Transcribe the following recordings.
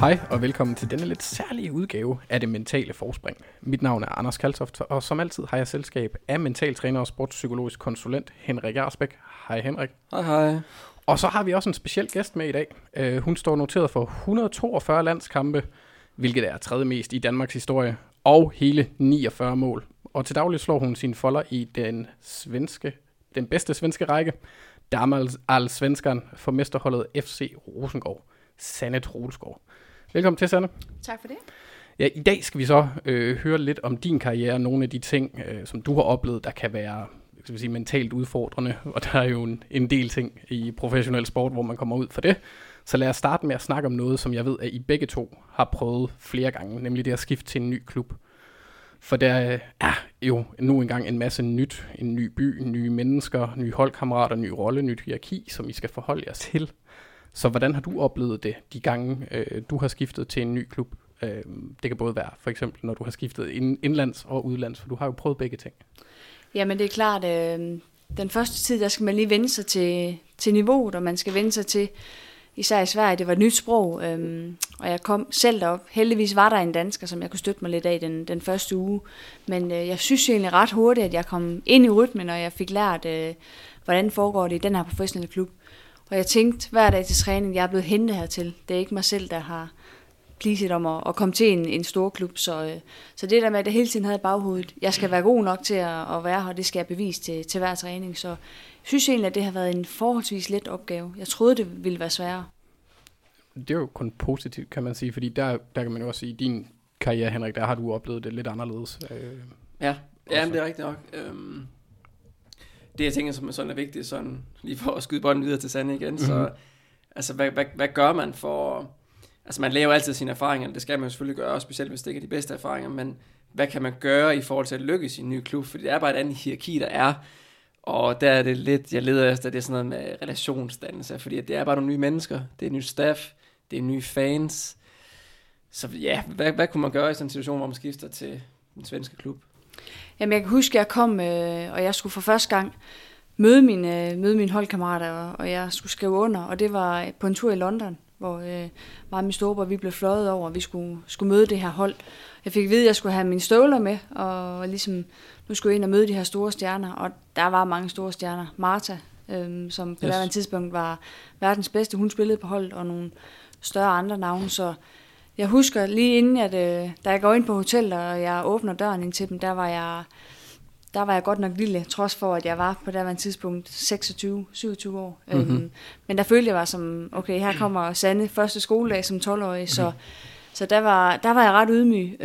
Hej og velkommen til denne lidt særlige udgave af Det Mentale Forspring. Mit navn er Anders Kaltoft, og som altid har jeg selskab af mentaltræner og sportspsykologisk konsulent Henrik Arsbæk. Hej Henrik. Hej. Og så har vi også en speciel gæst med i dag. Hun står noteret for 142 landskampe, hvilket er tredje mest i Danmarks historie, og hele 49 mål. Og til daglig slår hun sine folder i den bedste svenske række, Damallsvenskan, for mesterholdet FC Rosengård. Sanne Troelsgaard. Velkommen til, Sanne. Tak for det. Ja, i dag skal vi så høre lidt om din karriere, nogle af de ting, som du har oplevet, der kan være mentalt udfordrende, og der er jo en del ting i professionel sport, hvor man kommer ud for det. Så lad os starte med at snakke om noget, som jeg ved, at I begge to har prøvet flere gange, nemlig det at skifte til en ny klub. For der er jo nu engang en masse nyt, en ny by, nye mennesker, nye holdkammerater, ny rolle, nyt hierarki, som I skal forholde jer til. Så hvordan har du oplevet det de gange, du har skiftet til en ny klub? Det kan både være for eksempel, når du har skiftet indlands og udlands, for du har jo prøvet begge ting. Jamen det er klart, den første tid, der skal man lige vende sig til niveauet, og man skal vende sig til, især i Sverige, det var et nyt sprog, og jeg kom selv derop. Heldigvis var der en dansker, som jeg kunne støtte mig lidt af den første uge, men jeg synes egentlig ret hurtigt, at jeg kom ind i rytmen, og jeg fik lært, hvordan foregår det i den her professionelle klub. Og jeg tænkte hver dag til træning, jeg er blevet hentet hertil. Det er ikke mig selv, der har pleaset om at komme til en stor klub. Så det der med, at jeg hele tiden havde i baghovedet, jeg skal være god nok til at være her, og det skal jeg bevise til hver træning. Så jeg synes egentlig, at det har været en forholdsvis let opgave. Jeg troede, det ville være sværere. Det er jo kun positivt, kan man sige, fordi der kan man jo også sige, i din karriere, Henrik, der har du oplevet det lidt anderledes. Ja, men det er rigtigt nok. Det jeg tænker, som sådan er vigtigt, sådan lige for at skyde bolden videre til Sanne igen, så altså, hvad gør man for, altså man laver altid sine erfaringer, det skal man jo selvfølgelig gøre, specielt hvis det ikke er de bedste erfaringer, men hvad kan man gøre i forhold til at lykkes i en ny klub, fordi det er bare et andet hierarki, der er, og der er det lidt, jeg leder efter, det er sådan noget med relationsdannelse, fordi det er bare nogle nye mennesker, det er nyt staff, det er nye fans, så ja, hvad kunne man gøre i sådan en situation, hvor man skifter til en svenske klub? Jamen jeg kan huske, at jeg kom, og jeg skulle for første gang møde mine holdkammerater, og jeg skulle skrive under, og det var på en tur i London, hvor mig og min storebror, vi blev fløjet over, og vi skulle møde det her hold. Jeg fik at vide, at jeg skulle have mine støvler med, og ligesom, nu skulle jeg ind og møde de her store stjerner, og der var mange store stjerner. Marta, som på daværende tidspunkt var verdens bedste, hun spillede på holdet, og nogle større andre navne, så jeg husker lige inden, da jeg går ind på hotellet, og jeg åbner døren ind til dem, der var jeg godt nok lille, trods for, at jeg var på daværende tidspunkt 26-27 år. Men der følte jeg var som, okay, her kommer Sanne første skoledag som 12-årig, så der var jeg ret ydmyg.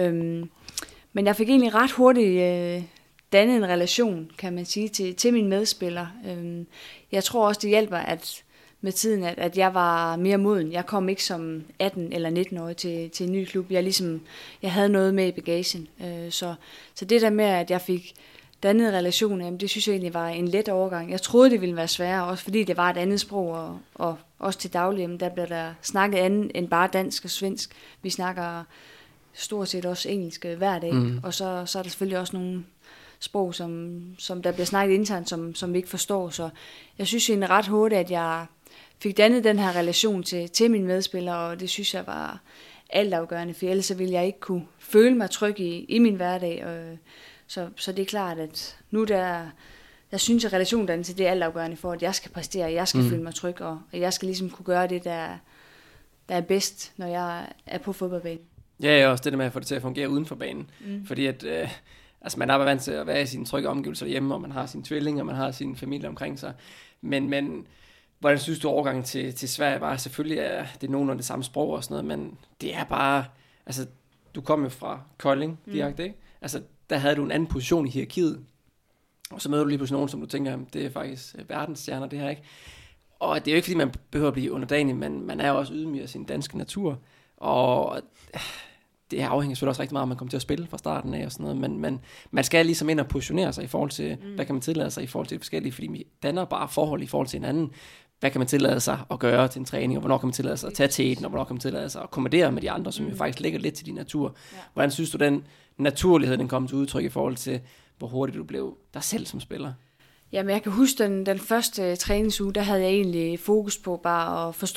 Men jeg fik egentlig ret hurtigt dannet en relation, kan man sige, til mine medspillere. Jeg tror også, det hjælper, at med tiden, at jeg var mere moden. Jeg kom ikke som 18 eller 19-årig til en ny klub. Jeg havde noget med i bagagen. Så det der med, at jeg fik dannet relationer, det synes jeg egentlig var en let overgang. Jeg troede, det ville være sværere, også fordi det var et andet sprog, og også til daglig, der bliver der snakket andet end bare dansk og svensk. Vi snakker stort set også engelsk hver dag, og så er der selvfølgelig også nogle sprog, som der bliver snakket internt, som vi ikke forstår. Så jeg synes egentlig ret hurtigt, at jeg fik dannet den her relation til mine medspillere, og det synes jeg var altafgørende, for ellers ville jeg ikke kunne føle mig tryg i min hverdag. Så det er klart, at nu der synes jeg, at relationdannelse det er altafgørende for, at jeg skal præstere, jeg skal føle mig tryg, og jeg skal ligesom kunne gøre det, der er bedst, når jeg er på fodboldbanen. Ja, også det der med at få det til at fungere uden for banen, fordi at altså man er bare vant til at være i sine trygge omgivelser hjemme, og man har sine tvillinger, og man har sin familie omkring sig, men hvordan synes du overgangen til Sverige var? Selvfølgelig er det nogenlunde det samme sprog og sådan noget, men det er bare, altså du kom jo fra Kolding direkte, ikke? Altså der havde du en anden position i hierarkiet, og så møder du lige pludselig nogen, som du tænker, det er faktisk verdensstjerner det her, ikke? Og det er jo ikke fordi man behøver at blive underdanig, men man er jo også ydmyg af sin danske natur, og det afhænger selvfølgelig også rigtig meget, om man kommer til at spille fra starten af og sådan noget, men man skal ligesom ind og positionere sig i forhold til, hvad kan man tillade sig i forhold til det forskellige, fordi vi danner bare forhold i forhold til hinanden. Hvad kan man tillade sig at gøre til en træning, og hvornår kan man tillade sig at tage teten, og hvornår kan man tillade sig at kommandere med de andre, som jo faktisk ligger lidt til din natur. Ja. Hvordan synes du, den naturlighed, den kom til udtryk i forhold til, hvor hurtigt du blev dig selv som spiller? Jamen, jeg kan huske den første træningsuge, der havde jeg egentlig fokus på bare at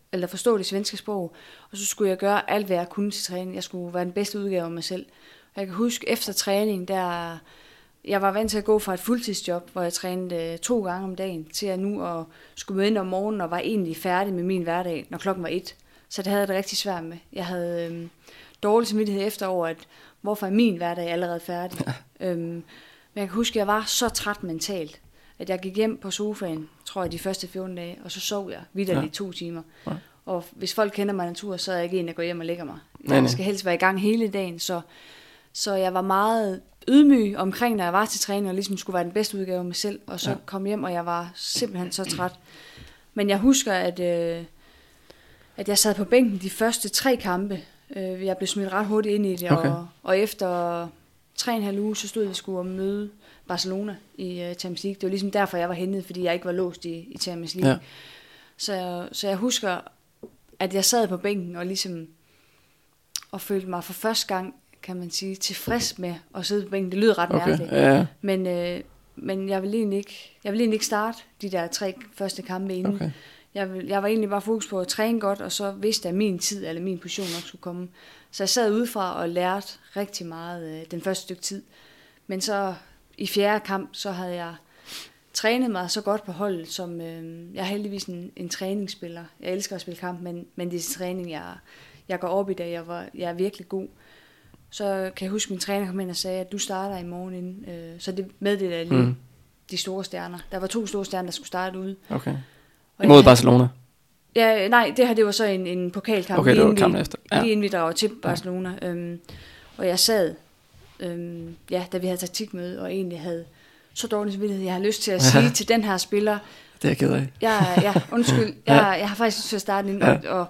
eller forstå det svenske sprog, og så skulle jeg gøre alt, hvad jeg kunne til træning. Jeg skulle være den bedste udgave af mig selv. Jeg kan huske, efter træning, jeg var vant til at gå fra et fuldtidsjob, hvor jeg trænede 2 gange om dagen, til at nu at skulle møde ind om morgenen og var egentlig færdig med min hverdag, når klokken var 1. Så det havde jeg det rigtig svært med. Jeg havde dårlig samvittighed efter over, at hvorfor er min hverdag allerede færdig. Men jeg kan huske, at jeg var så træt mentalt, at jeg gik hjem på sofaen, tror jeg, de første 14 dage, og så sov jeg vitterligt 2 timer. Ja. Og hvis folk kender mig natur, så er jeg ikke en, der går hjem og lægger mig. Jeg skal helst være i gang hele dagen, så jeg var meget ydmyg omkring, når jeg var til træning, og ligesom skulle være den bedste udgave af mig selv, og så kom hjem, og jeg var simpelthen så træt. Men jeg husker, at jeg sad på bænken de første 3 kampe. Jeg blev smidt ret hurtigt ind i det, og efter 3,5 uger, så stod vi skulle møde Barcelona i Champions League. Det var ligesom derfor, jeg var hentet, fordi jeg ikke var låst i Champions League. Ja. Så jeg husker, at jeg sad på bænken og ligesom og følte mig for første gang, kan man sige, tilfreds med at sidde på bænken. Det lyder ret mærkeligt. Ja. Men jeg ville egentlig ikke starte de der 3 første kampe inden. Okay. Jeg var egentlig bare fokus på at træne godt, og så vidste jeg, at min tid eller min position nok skulle komme. Så jeg sad udefra og lærte rigtig meget den første stykke tid. Men så i 4. kamp, så havde jeg trænet mig så godt på holdet, som jeg er heldigvis en træningsspiller. Jeg elsker at spille kamp, men det er træning, jeg går op i, da jeg er virkelig god. Så kan jeg huske, at min træner kom ind og sagde, at du starter i morgen inden. Så det meddelte jeg lige de store stjerner. Der var 2 store stjerner, der skulle starte ude. Okay. Imod Barcelona? Ja, nej, det var så en pokalkamp. Okay, det var kampen efter. Ja. Lige inden vi drager til Barcelona. Og jeg sad, da vi havde taktikmøde, og egentlig havde så dårlig samvittighed. Jeg har lyst til at sige til den her spiller... Det er jeg ked af. Ja, undskyld. Jeg har faktisk lyst til at starte ind, og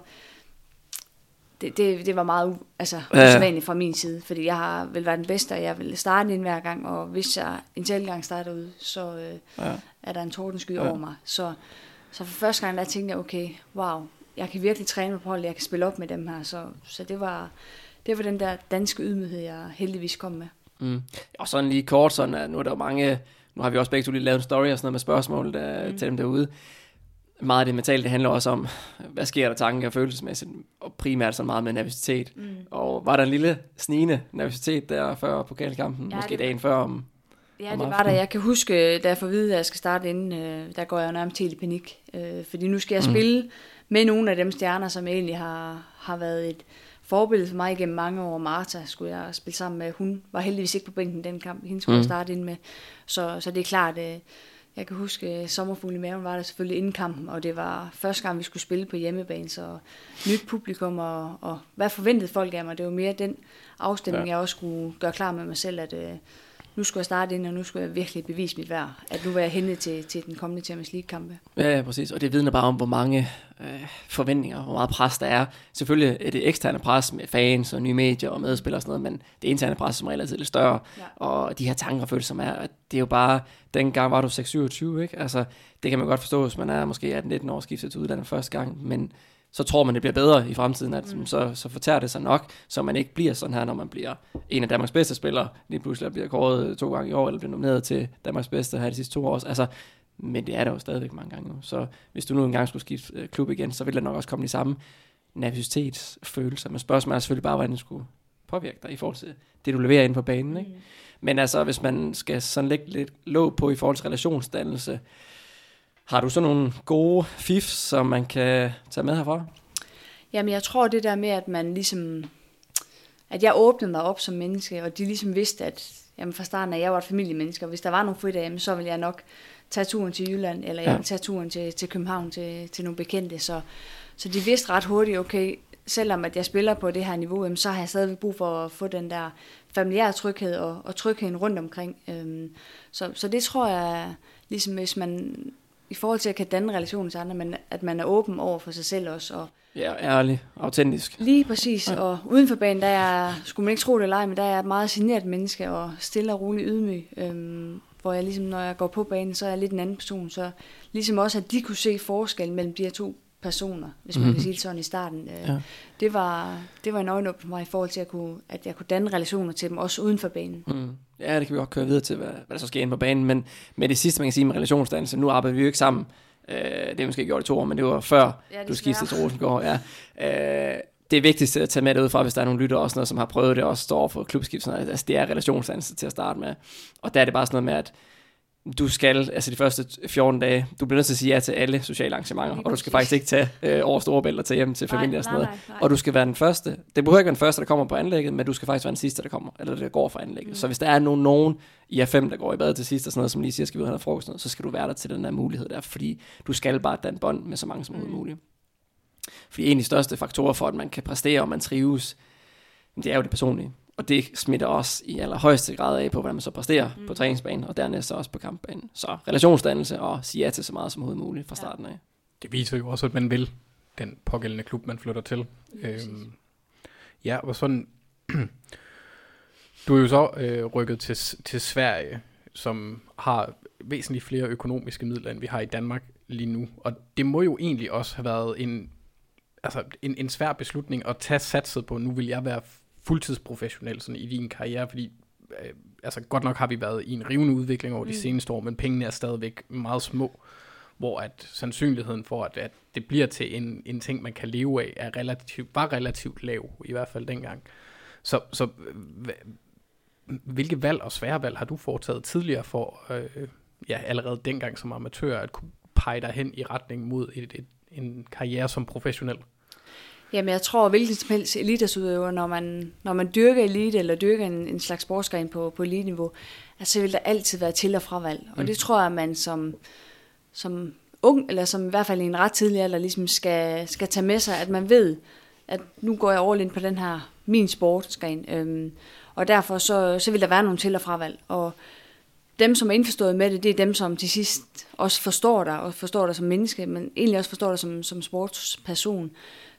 det var meget usædvanligt fra min side, fordi jeg vil være den bedste, og jeg vil starte ind hver gang, og hvis jeg en sjældent gang starter ud, så er der en tordensky over mig. Så for første gang, der tænkte jeg, okay, wow, jeg kan virkelig træne mig på holdet, jeg kan spille op med dem her, så det var den der danske ydmyghed, jeg heldigvis kom med. Og sådan lige kort, sådan, nu er der jo mange, nu har vi også begge to lige lavet en story og sådan noget med spørgsmål til dem derude. Meget af det mentale, det handler også om, hvad sker der tanker og følelsesmæssigt, og primært så meget med nervøsitet. Og var der en lille snigende nervøsitet der før pokalkampen, måske dagen før om det var der. Jeg kan huske, da jeg får at vide, at jeg skal starte inden, der går jeg nærmest helt i panik. Fordi nu skal jeg spille med nogle af dem stjerner, som egentlig har været et forbillede for mig igennem mange år. Marta skulle jeg spille sammen med. Hun var heldigvis ikke på bænken den kamp. Hende skulle jeg starte ind med. Så det er klart, jeg kan huske, sommerfugl i maven var der selvfølgelig inden kampen, og det var første gang, vi skulle spille på hjemmebane, så nyt publikum, og hvad forventede folk af mig? Det var mere den afstemning, jeg også skulle gøre klar med mig selv, at nu skulle jeg starte ind, og nu skulle jeg virkelig bevise mit værd, at nu var jeg henne til den kommende Champions League-kampe. Ja, præcis, og det vidner bare om, hvor mange forventninger, hvor meget pres der er. Selvfølgelig er det eksterne pres med fans og nye medier og medspillere og sådan noget, men det interne pres som regel er lidt større, og de her tanker og følelser, som er, at det er jo bare, dengang var du 6-27, ikke? Altså, det kan man godt forstå, hvis man er måske 18-19 år skiftet til udlandet første gang, men så tror man, det bliver bedre i fremtiden, at så fortærer det sig nok, så man ikke bliver sådan her, når man bliver en af Danmarks bedste spillere, lige pludselig bliver kåret 2 gange i år, eller bliver nomineret til Danmarks bedste her de sidste 2 år. Altså, men det er der jo stadigvæk mange gange nu. Så hvis du nu engang skulle skifte klub igen, så vil der nok også komme de samme nervøsitetsfølelser. Men spørgsmålet er selvfølgelig bare, hvordan det skulle påvirke dig i forhold til det, du leverer inde på banen. Ikke? Men altså, hvis man skal sådan lægge lidt låg på i forhold til relationsdannelse, har du så nogle gode fif, som man kan tage med herfra? Jamen, jeg tror det der med, at man ligesom, at jeg åbnede mig op som menneske, og de ligesom vidste, at jamen, fra starten af, jeg var et familiemenneske, og hvis der var nogle fridage, så ville jeg nok tage turen til Jylland, eller jeg ville tage turen til København til nogle bekendte, så de vidste ret hurtigt, okay, selvom at jeg spiller på det her niveau, så har jeg stadigvæk brug for at få den der familiære tryghed og trygheden rundt omkring. Så det tror jeg, ligesom hvis man i forhold til at kan danne relationer til andre, men at man er åben over for sig selv også. Og ja, ærlig, autentisk. Lige præcis, og uden for banen, skulle man ikke tro det eller ej, men der er jeg et meget genert menneske, og stille og rolig ydmyg, hvor jeg ligesom, når jeg går på banen, så er jeg lidt en anden person, så ligesom også, at de kunne se forskellen mellem de her 2 personer, hvis man kan sige det sådan i starten. Det var en øjenåbner for mig i forhold til, at jeg kunne danne relationer til dem, også uden for banen. Ja, det kan vi godt køre videre til, hvad der så sker inde på banen, men med det sidste, man kan sige med relationsdannelse, nu arbejder vi jo ikke sammen Det er måske gjort i 2 år, men det var før du skiftede til Rosengård. Ja. Det vigtigste at tage med derudfra, hvis der er nogle lyttere også noget, som har prøvet det, og står for klubskift, altså det er relationsdannelse til at starte med. Og der er det bare sådan noget med, at du skal, altså de første 14 dage, du bliver nødt til at sige ja til alle sociale arrangementer, og du skal faktisk ikke tage over Storebælt og tage hjem til familie og sådan noget. Nej. Og du skal være den første, det behøver ikke være den første, der kommer på anlægget, men du skal faktisk være den sidste, der kommer, eller der går fra anlægget. Så hvis der er nogen i A5, der går i bad til sidst og sådan noget, som lige siger, skal vi ud og have frokost, så skal du være der til den der mulighed der, fordi du skal bare danne bånd med så mange som muligt. Fordi en af de største faktorer for, at man kan præstere, og man trives, det er jo det personlige. Og det smitter også i allerhøjeste grad af på, hvordan man så præsterer på træningsbanen, og dernæst også på kampbanen. Så relationsdannelse og sige ja til så meget som overhovedet muligt fra starten af. Det viser jo også, at man vil den pågældende klub, man flytter til. Ja, og sådan... Du er jo så rykket til Sverige, som har væsentligt flere økonomiske midler, end vi har i Danmark lige nu. Og det må jo egentlig også have været en svær beslutning at tage satset på. Nu vil jeg være fuldtidsprofessionel sådan i din karriere, fordi godt nok har vi været i en rivende udvikling over de seneste år, men pengene er stadigvæk meget små, hvor at sandsynligheden for, at det bliver til en ting, man kan leve af, var relativt lav, i hvert fald dengang. Så hvilke valg og svære valg har du foretaget tidligere for, allerede dengang som amatør, at kunne pege dig hen i retning mod en karriere som professionel? Jamen, jeg tror, hvilken som helst elitidrætsudøver, når man dyrker elite, eller dyrker en slags sportsgren på eliteniveau, så vil der altid være til- og fravalg. Og det tror jeg, at man som ung, eller som i hvert fald i en ret tidlig alder, ligesom skal tage med sig, at man ved, at nu går jeg all in på den her, min sportsgren. Og derfor så vil der være nogle til- og fravalg. Og dem, som er indforstået med det, det er dem, som til sidst også forstår dig, og forstår dig som menneske, men egentlig også forstår dig som sportsperson.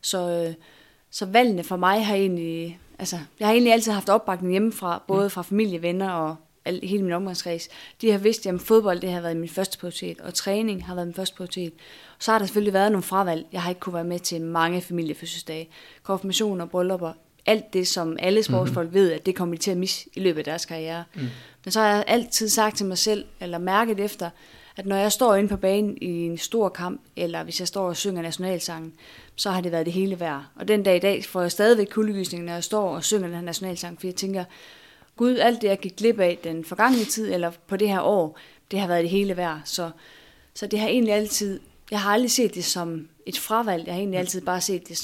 Så valgene for mig har egentlig, jeg har egentlig altid haft opbakning hjemmefra, både fra familie, venner og hele min omgangskreds. De har vidst, at fodbold det har været min første prioritet, og træning har været min første prioritet. Så har der selvfølgelig været nogle fravalg. Jeg har ikke kunne være med til mange familiefødselsdage, konfirmationer, bryllupper, alt det, som alle sportsfolk ved, at det kommer de til at misse i løbet af deres karriere. Men så har jeg altid sagt til mig selv, eller mærket efter, at når jeg står inde på banen i en stor kamp, eller hvis jeg står og synger nationalsangen, så har det været det hele værd. Og den dag i dag får jeg stadigvæk kuldegysning, når jeg står og synger den her nationalsang, for jeg tænker, Gud, alt det, jeg gik glip af den forgangne tid, eller på det her år, det har været det hele værd. Så det har egentlig altid, jeg har aldrig set det som et fravalg, jeg har egentlig altid bare set det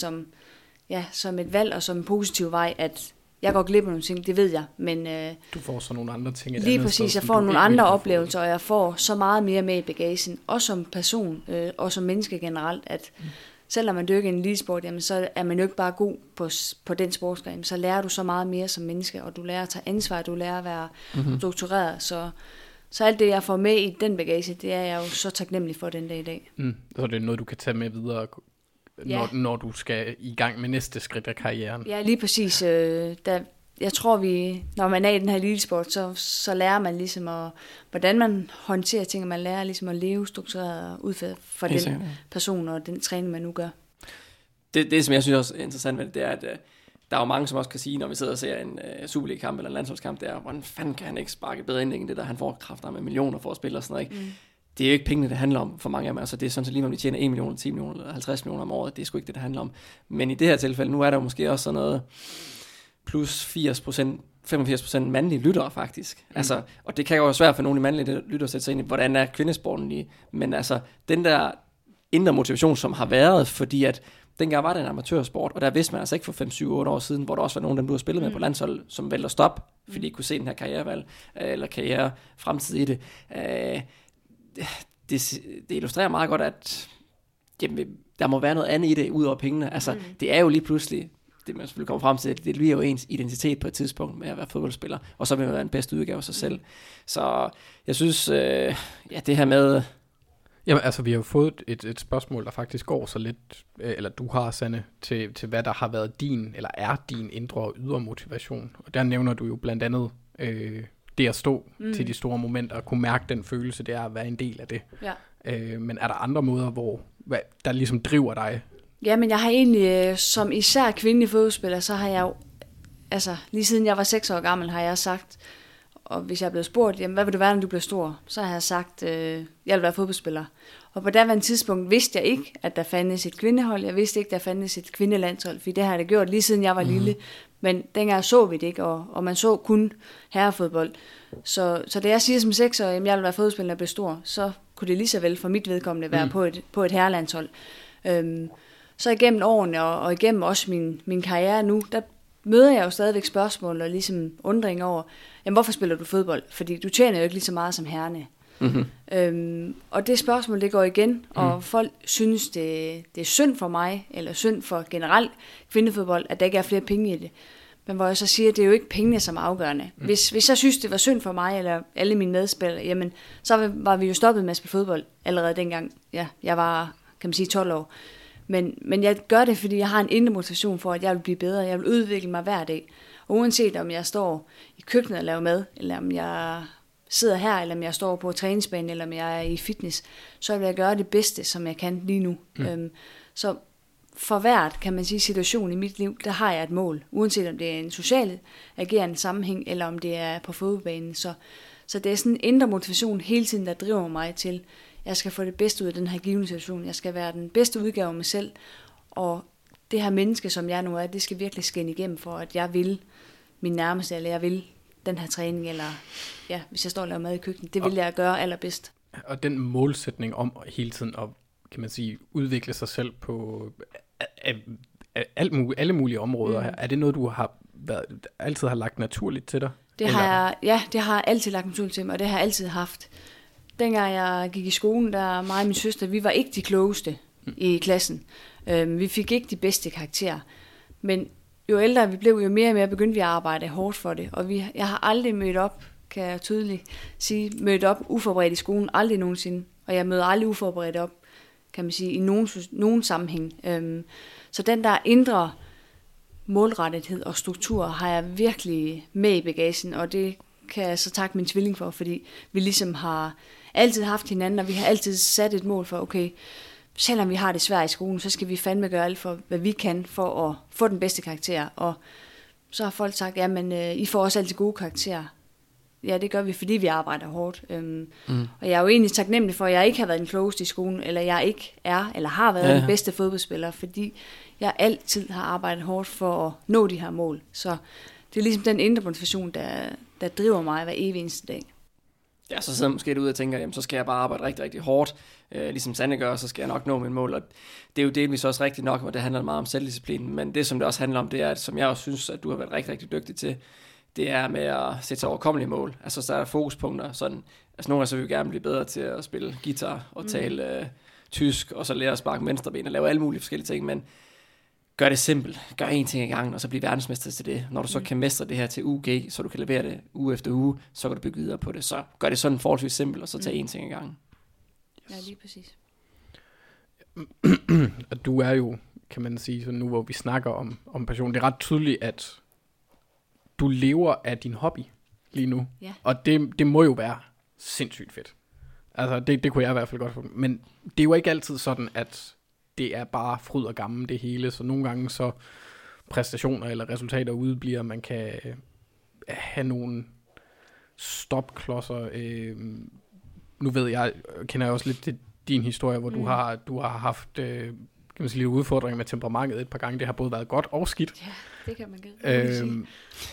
som et valg, og som en positiv vej, at jeg går glip af nogle ting, det ved jeg, men... du får så nogle andre ting. Lige præcis, jeg får nogle andre oplevelser, og jeg får så meget mere med i bagagen, også som person, og som menneske generelt, at selvom man dyrker en elitesport, jamen, så er man jo ikke bare god på den sportsgren, så lærer du så meget mere som menneske, og du lærer at tage ansvar, du lærer at være struktureret, så alt det, jeg får med i den bagage, det er jeg jo så taknemmelig for den dag i dag. Så det er noget, du kan tage med videre, når du skal i gang med næste skridt af karrieren. Ja, lige præcis. Jeg tror, når man er i den her elitesport, så lærer man ligesom, hvordan man håndterer ting, og man lærer ligesom at leve struktureret ud for den person og den træning, man nu gør. Det, som jeg synes også er interessant ved det, er, at der er jo mange, som også kan sige, når vi sidder og ser en Superliga-kamp eller en landsholdskamp, det er, hvordan fanden kan han ikke sparke bedre ind end det der, han får kræfter med millioner for at spille og sådan noget, ikke? Det er jo ikke pengene, det handler om for mange af dem. Altså, det er sådan, at lige når de tjener 1 million, 10 millioner eller 50 millioner om året, det er sgu ikke det handler om. Men i det her tilfælde, nu er der måske også sådan noget plus 85% mandlige lyttere faktisk. Altså, og det kan jo være svært for nogle mandlige lyttere at sætte sig ind i, hvordan er kvindesporten lige. Men altså, den der indre motivation, som har været, fordi at dengang var det en amatørsport, og der vidste man altså ikke for 5, 7, 8 år siden, hvor der også var nogle af dem, du har spillet med på landshold, som valgte at stoppe, fordi de kunne se den her karrierevalg, eller karrierefremtid i det. Det illustrerer meget godt, at der må være noget andet i det, ud over pengene. Altså, det er jo lige pludselig, det man selvfølgelig kommer frem til, det bliver jo ens identitet på et tidspunkt med at være fodboldspiller, og så vil man være en bedste udgave af sig selv. Så jeg synes, det her med... Jamen, altså, vi har jo fået et spørgsmål, der faktisk går så lidt, eller du har, Sanne, til hvad der har været eller er din indre og ydre motivation. Og der nævner du jo blandt andet... det at stå til de store momenter og kunne mærke den følelse, det er at være en del af det. Ja. Men er der andre måder, der ligesom driver dig? Ja, men jeg har egentlig, som især kvindelig fodboldspiller, så har jeg jo, lige siden jeg var 6 år gammel, har jeg sagt, Og hvis jeg er blevet spurgt, jamen, hvad vil du være, når du bliver stor? Så har jeg sagt, jeg vil være fodboldspiller. Og på daværende tidspunkt vidste jeg ikke, at der fandtes et kvindehold. Jeg vidste ikke, der fandtes et kvindelandshold, for det har jeg da gjort lige siden jeg var lille. Men dengang så vi det ikke, og man så kun herrefodbold. Så da jeg siger som 6 år, at jeg vil være fodboldspiller, når jeg bliver stor, så kunne det lige så vel for mit vedkommende være på et herrelandshold. Så igennem årene og igennem også min karriere nu, der møder jeg jo stadigvæk spørgsmål og ligesom undring over, jamen hvorfor spiller du fodbold? Fordi du tjener jo ikke lige så meget som herrene. Og det spørgsmål, det går igen, og folk synes, det er synd for mig, eller synd for generelt kvindefodbold, at der ikke er flere penge i det. Men hvor jeg så siger, at det er jo ikke pengene, som er afgørende. Hvis jeg synes, det var synd for mig, eller alle mine medspillere, jamen, så var vi jo stoppet med at spille fodbold allerede dengang. Ja, jeg var, kan man sige, 12 år. Men jeg gør det, fordi jeg har en indre motivation for, at jeg vil blive bedre. Jeg vil udvikle mig hver dag. Og uanset om jeg står i køkkenet og laver mad, eller om jeg sidder her, eller om jeg står på træningsbanen, eller om jeg er i fitness, så vil jeg gøre det bedste, som jeg kan lige nu. Så for hvert, kan man sige, situation i mit liv, der har jeg et mål. Uanset om det er en social agerende sammenhæng, eller om det er på fodboldbanen. Så det er sådan en indre motivation hele tiden, der driver mig til, jeg skal få det bedste ud af den her givende situation. Jeg skal være den bedste udgave af mig selv. Og det her menneske, som jeg nu er, det skal virkelig skinne igennem for, at jeg vil min nærmeste, eller jeg vil den her træning, eller ja, hvis jeg står og laver mad i køkkenet, det vil jeg gøre allerbedst. Og den målsætning om hele tiden at, kan man sige, udvikle sig selv på alle mulige områder her, er det noget, du har altid har lagt naturligt til dig? Det har jeg altid lagt naturligt til mig, og det har jeg altid haft. Dengang jeg gik i skolen, der mig og min søster, vi var ikke de klogeste i klassen. Vi fik ikke de bedste karakterer. Men jo ældre vi blev, jo mere og mere begyndte vi at arbejde hårdt for det. Og jeg har aldrig mødt op, kan jeg tydeligt sige, mødt op uforberedt i skolen, aldrig nogensinde. Og jeg møder aldrig uforberedt op, kan man sige, i nogen sammenhæng. Så den der indre målrettethed og struktur har jeg virkelig med i bagagen, og det kan jeg så takke min tvilling for, fordi vi ligesom har altid haft hinanden, og vi har altid sat et mål for, okay, selvom vi har det svært i skolen, så skal vi fandme gøre alt for, hvad vi kan, for at få den bedste karakter. Og så har folk sagt, jamen, I får også altid gode karakterer. Ja, det gør vi, fordi vi arbejder hårdt. Og jeg er jo egentlig taknemmelig for, at jeg ikke har været den klogeste i skolen, eller jeg ikke er, eller har været den bedste fodboldspiller, fordi jeg altid har arbejdet hårdt for at nå de her mål. Så det er ligesom den indre motivation, der driver mig hver evig eneste dag. Ja, så sidder jeg måske ud og tænker, jamen, så skal jeg bare arbejde rigtig, rigtig hårdt, ligesom Sanne gør, så skal jeg nok nå min mål. Og det er jo delvis også rigtigt nok, og det handler meget om selvdisciplin. Men det, som det også handler om, det er, at, som jeg også synes, at du har været rigtig, rigtig dygtig til, det er med at sætte sig overkommelige mål. Altså, så er der fokuspunkter. Sådan, altså, nogle gange så vil vi gerne blive bedre til at spille guitar og tale tysk, og så lære at sparke venstreben og lave alle mulige forskellige ting, men gør det simpelt. Gør én ting ad gangen, og så bliv verdensmester til det. Når du så kan mestre det her til UG, så du kan levere det uge efter uge, så kan du bygge videre på det. Så gør det sådan forholdsvis simpelt, og så tag én ting ad gangen. Ja, lige præcis. Og du er jo, kan man sige, så nu hvor vi snakker om passion, det er ret tydeligt, at du lever af din hobby lige nu. Ja. Og det må jo være sindssygt fedt. Altså, det kunne jeg i hvert fald godt få. Men det er jo ikke altid sådan, at det er bare fryd og gammel det hele, så nogle gange så præstationer eller resultater udebliver, man kan have nogle stopklodser. Nu ved jeg, kender jeg også lidt til din historie, hvor du har haft kan man sige, lidt udfordringer med temperamentet et par gange. Det har både været godt og skidt. Ja, det kan man godt sige.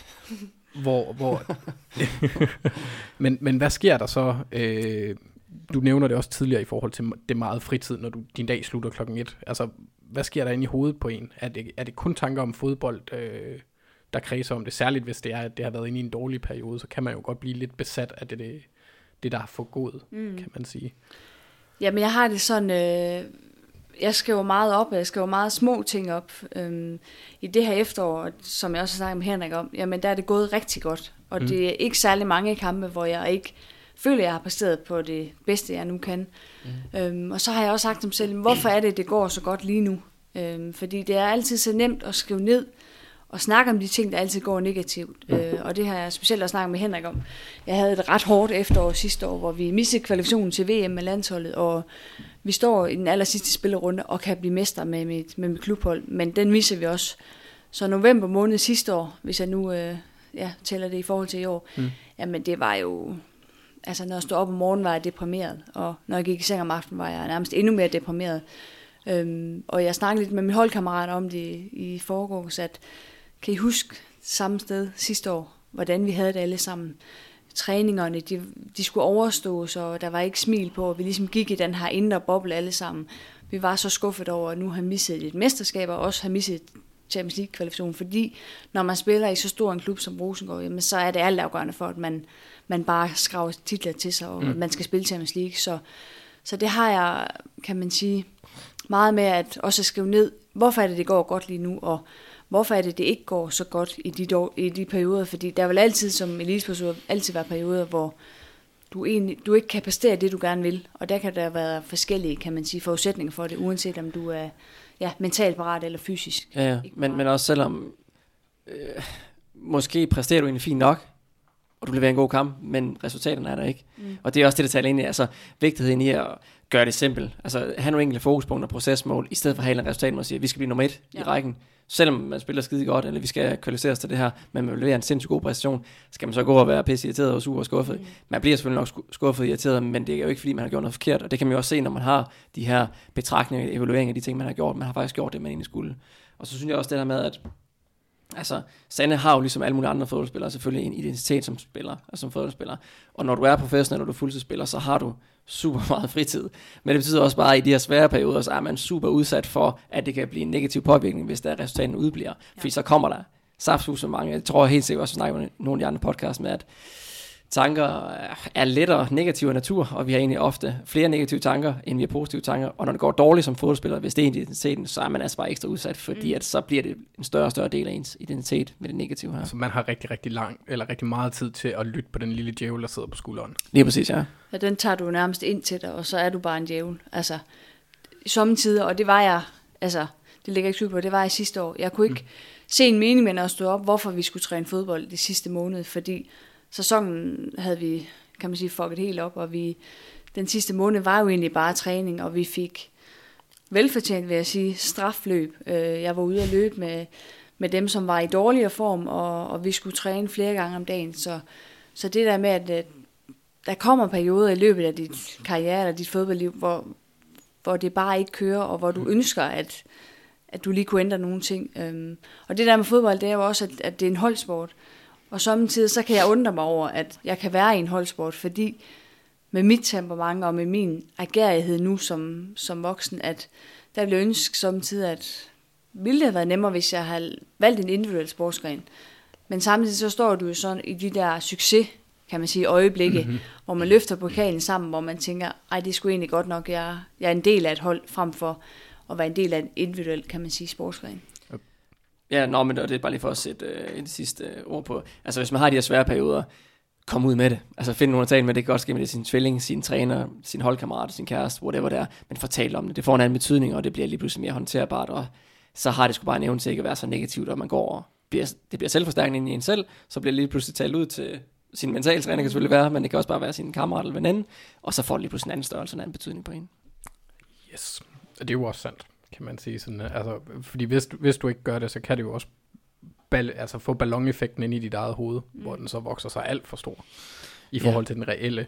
Men hvad sker der så? Du nævner det også tidligere i forhold til det meget fritid, når din dag slutter 1:00. Altså, hvad sker der inde i hovedet på en? Er det kun tanker om fodbold, der kredser om det? Særligt hvis det er, at det har været inde i en dårlig periode, så kan man jo godt blive lidt besat af det der har forgået, kan man sige. Jamen, jeg har det sådan, jeg skriver meget op, og jeg skriver meget små ting op. I det her efterår, som jeg også har snakket med Henrik om, jamen, der er det gået rigtig godt. Og det er ikke særlig mange kampe, hvor jeg ikke føler, jeg har præsteret på det bedste, jeg nu kan. Og så har jeg også sagt til mig selv, hvorfor er det går så godt lige nu? Fordi det er altid så nemt at skrive ned og snakke om de ting, der altid går negativt. Og det har jeg specielt også snakket med Henrik om. Jeg havde et ret hårdt efterår sidste år, hvor vi missede kvalifikationen til VM med landsholdet, og vi står i den aller sidste spillerunde og kan blive mester med mit klubhold, men den misser vi også. Så november måned sidste år, hvis jeg nu tæller det i forhold til i år. Jamen det var jo, altså når jeg stod op om morgenen, var jeg deprimeret, og når jeg gik i seng om aftenen, var jeg nærmest endnu mere deprimeret. Og jeg snakkede lidt med min holdkammerat om det i forgårs, at kan I huske samme sted sidste år, hvordan vi havde det alle sammen? Træningerne, de skulle overstås, og der var ikke smil på, og vi ligesom gik i den her indre boble alle sammen. Vi var så skuffet over, at nu har misset et mesterskab, og også har misset Champions League-kvalifikation, fordi når man spiller i så stor en klub som Rosengård, jamen, så er det altafgørende for, at man bare skraver titler til sig, og man skal spille Champions League. Så det har jeg, kan man sige, meget med at også skrive ned, hvorfor er det går godt lige nu, og hvorfor er det ikke går så godt i de perioder, fordi der vil altid som elitesportsudøver altid være perioder, hvor du ikke kan præstere det, du gerne vil, og der kan der være forskellige, kan man sige, forudsætninger for det, uanset om du er mentalt parat eller fysisk. Ja. Men også selvom måske præsterer du egentlig fint nok, og du leverer en god kamp, men resultaterne er der ikke. Og det er også det, der taler ind i, altså vigtigheden i at gøre det simpelt. Altså have nogle enkelte fokuspunkter og procesmål, i stedet for at have en resultat, man siger, at vi skal blive nummer 1 i rækken. Selvom man spiller skide godt, eller vi skal kvalificeres til det her, men man vil levere en sindssygt god præstation, skal man så gå og være pisse irriteret og sur og skuffet. Man bliver selvfølgelig nok skuffet og irriteret, men det er jo ikke, fordi man har gjort noget forkert, og det kan man jo også se, når man har de her betragtninger, evalueringer af de ting, man har gjort. Man har faktisk gjort det, man egentlig skulle. Og så synes jeg også det der med, at altså, Sanne har jo ligesom alle mulige andre fodboldspillere selvfølgelig en identitet som spiller, altså som fodboldspiller. Og når du er professionel, og du er fuldtidsspiller, så har du super meget fritid. Men det betyder også bare, at i de her svære perioder, så er man super udsat for, at det kan blive en negativ påvirkning, hvis der resultaten udbliver. Fordi så kommer der saftsus så mange. Jeg tror helt sikkert også, at snakke med nogle af de andre podcasts med, at tanker er lettere negative af natur, og vi har egentlig ofte flere negative tanker, end vi har positive tanker. Og når det går dårligt som fodboldspiller, hvis det er identiteten, så er man altså bare ekstra udsat, fordi at så bliver det en større og større del af ens identitet med det negative her. Altså man har rigtig meget tid til at lytte på den lille djævel, der sidder på skulderen. Lige præcis, ja. Ja, den tager du nærmest ind til dig, og så er du bare en djævel. Altså, i sommetider, og det var jeg, altså, det ligger ikke sygt på, det var jeg sidste år. Jeg kunne ikke se en mening med at stå op, hvorfor vi skulle træne fodbold de sidste måned, fordi sæsonen havde vi, kan man sige, fucket helt op, og den sidste måned var jo egentlig bare træning, og vi fik velfortjent, vil jeg sige, strafløb. Jeg var ude at løbe med dem, som var i dårligere form, og vi skulle træne flere gange om dagen. Så det der med, at der kommer perioder i løbet af dit karriere eller dit fodboldliv, hvor det bare ikke kører, og hvor du ønsker, at du lige kunne ændre nogle ting. Og det der med fodbold, det er jo også, at det er en holdsport. Og samtidig så kan jeg undre mig over, at jeg kan være i en holdsport, fordi med mit temperament og med min agerighed nu som voksen, at der vil jeg ønske samtidig, at ville det have været nemmere, hvis jeg havde valgt en individuel sportsgren. Men samtidig så står du jo sådan i de der succes, kan man sige, øjeblikke, hvor man løfter pokalen sammen, hvor man tænker, ej, det er sgu egentlig godt nok, jeg er en del af et hold, frem for at være en del af en individuel, kan man sige, sportsgren. Ja, men det er bare lige for at sætte et sidste ord på. Altså hvis man har de her svære perioder, kom ud med det. Altså find nogen at tale med det. Det kan godt ske med det sin tvilling, sin træner, sin holdkammerat, sin kæreste, whatever det er. Men fortæl om det. Det får en anden betydning, og det bliver lige pludselig mere håndterbart. Og så har det sgu bare en evne til ikke at være så negativt, og man går og det bliver selvforstærkende ind i en selv. Så bliver det lige pludselig talt ud til sin mentale træner, kan selvfølgelig være, men det kan også bare være sin kammerat eller veninde. Og så får det lige pludselig en anden størrelse, en anden betydning på en. Yes, det er jo også sandt, kan man sige. Sådan, altså, fordi hvis du ikke gør det, så kan det jo også få balloneffekten ind i dit eget hoved, hvor den så vokser sig alt for stor i forhold til den reelle.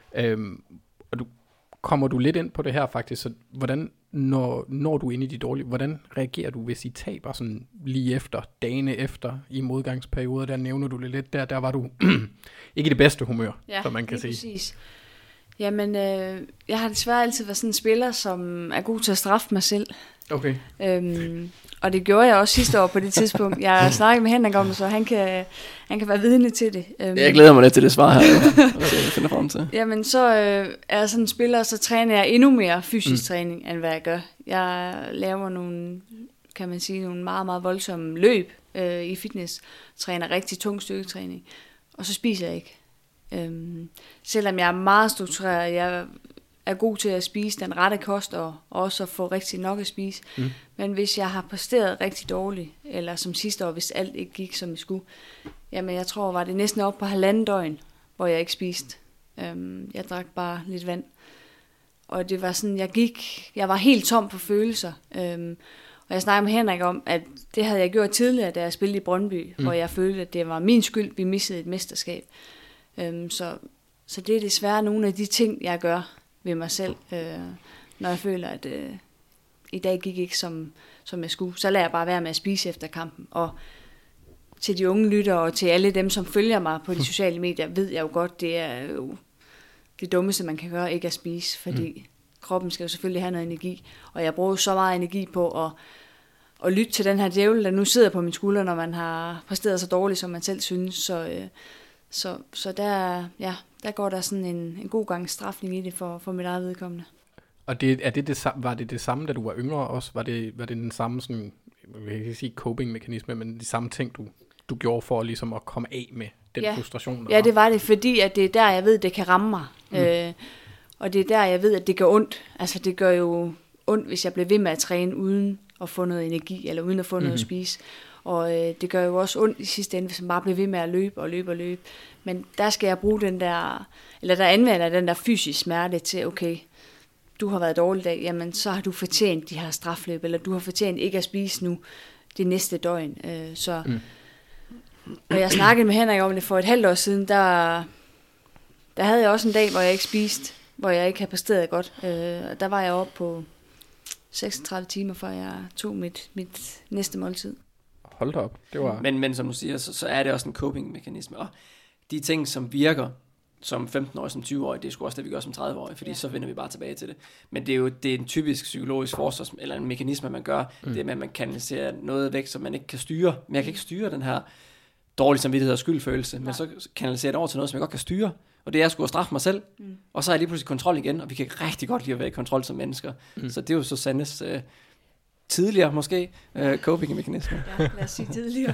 Og kommer du lidt ind på det her faktisk, så hvordan, når du er inde i de dårlige, hvordan reagerer du, hvis I taber sådan lige efter, dagene efter, i modgangsperioder, der nævner du det lidt, der var du ikke i det bedste humør, som man kan sige. Præcis. Jamen, jeg har desværre altid været sådan en spiller, som er god til at straffe mig selv. Okay. Og det gjorde jeg også sidste år på det tidspunkt. Jeg har snakket med Henrik om det, så han kan være vidne til det. Jeg glæder mig lidt til det svar her. Jeg finder frem til. Jamen, så er jeg sådan en spiller, så træner jeg endnu mere fysisk træning, end hvad jeg gør. Jeg laver nogle, kan man sige, nogle meget, meget voldsomme løb i fitness. Træner rigtig tung styrketræning. Og så spiser jeg ikke. Selvom jeg er meget struktureret, jeg er god til at spise den rette kost, og også at få rigtig nok at spise. Men hvis jeg har præsteret rigtig dårligt, eller som sidste år, hvis alt ikke gik, som det skulle, jamen jeg tror, var det næsten op på 1,5 døgn, hvor jeg ikke spiste. Jeg drak bare lidt vand. Og det var sådan, jeg var helt tom på følelser. Og jeg snakkede med Henrik om, at det havde jeg gjort tidligere, da jeg spillede i Brøndby, hvor jeg følte, at det var min skyld, vi missede et mesterskab. Så det er desværre nogle af de ting, jeg gør ved mig selv, når jeg føler, at i dag gik ikke som jeg skulle. Så lader jeg bare være med at spise efter kampen. Og til de unge lyttere og til alle dem, som følger mig på de sociale medier, ved jeg jo godt, det er jo det dummeste, man kan gøre, ikke at spise, fordi kroppen skal jo selvfølgelig have noget energi. Og jeg bruger så meget energi på at lytte til den her djævel, der nu sidder på min skulder, når man har præsteret så dårligt, som man selv synes. Så der går der sådan en god gang strafning i det for mit eget vedkommende. Og var det det samme, da du var yngre også? Var det den samme sådan, jeg kan ikke sige coping-mekanisme, men de samme ting, du gjorde for ligesom at komme af med den frustration? Ja, det var det, fordi at det er der, jeg ved, det kan ramme mig. Og det er der, jeg ved, at det gør ondt. Altså, det gør jo ondt, hvis jeg bliver ved med at træne uden at få noget energi, eller uden at få noget at spise. Og det gør jo også ondt i sidste ende, hvis man bare bliver ved med at løbe. Men der skal jeg bruge den der, eller der anvender den der fysisk smerte til, okay, du har været dårlig i dag, jamen så har du fortjent de her strafløb, eller du har fortjent ikke at spise nu det næste døgn. Og jeg snakkede med Henrik om det for et halvt år siden, der havde jeg også en dag, hvor jeg ikke spiste, hvor jeg ikke havde præsteret godt. Der var jeg oppe på 36 timer, før jeg tog mit næste måltid. Hold da op. Det var... Men som du siger, så er det også en coping-mekanisme. Og de ting, som virker som 15-årig, som 20-årig, det er sgu også det, vi gør som 30-årig, fordi så vender vi bare tilbage til det. Men det er en typisk psykologisk forsvars, eller en mekanisme, man gør. Det med, at man kanaliserer noget væk, som man ikke kan styre. Men jeg kan ikke styre den her dårlig samvittighed og skyldfølelse, men så kanaliserer det over til noget, som jeg godt kan styre. Og det er at skulle straffe mig selv. Og så er jeg lige pludselig kontrol igen, og vi kan rigtig godt lide at være i kontrol som mennesker. Så det er jo så Sandes tidligere måske coping-mekanisme. Ja, lad os sige tidligere.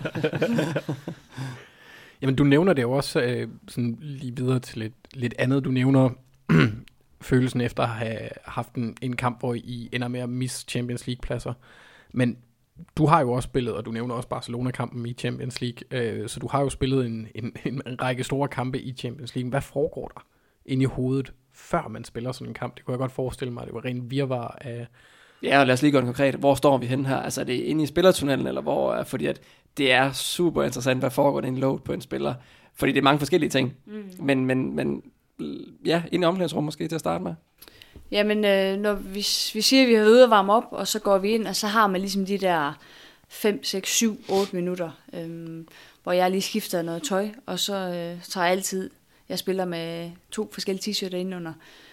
Jamen, du nævner det jo også sådan lige videre til lidt andet. Du nævner følelsen efter at have haft en kamp, hvor I ender med at misse Champions League-pladser. Men du har jo også spillet, og du nævner også Barcelona-kampen i Champions League, så du har jo spillet en række store kampe i Champions League. Hvad foregår der inde i hovedet, før man spiller sådan en kamp? Det kunne jeg godt forestille mig, det var rent virvar af... Ja, og lad os lige gøre det konkret. Hvor står vi henne her? Altså, er det inde i spillertunnelen, eller hvor? Fordi at det er super interessant, hvad foregår der en load på en spiller. Fordi det er mange forskellige ting. Men ja, inde i omklædningsrum måske til at starte med. Jamen, når vi siger, at vi har været ude at varme op, og så går vi ind, og så har man ligesom de der 5, 6, 7, 8 minutter, hvor jeg lige skifter noget tøj, og så tager jeg altid, jeg spiller med 2 forskellige t-shirter indenunder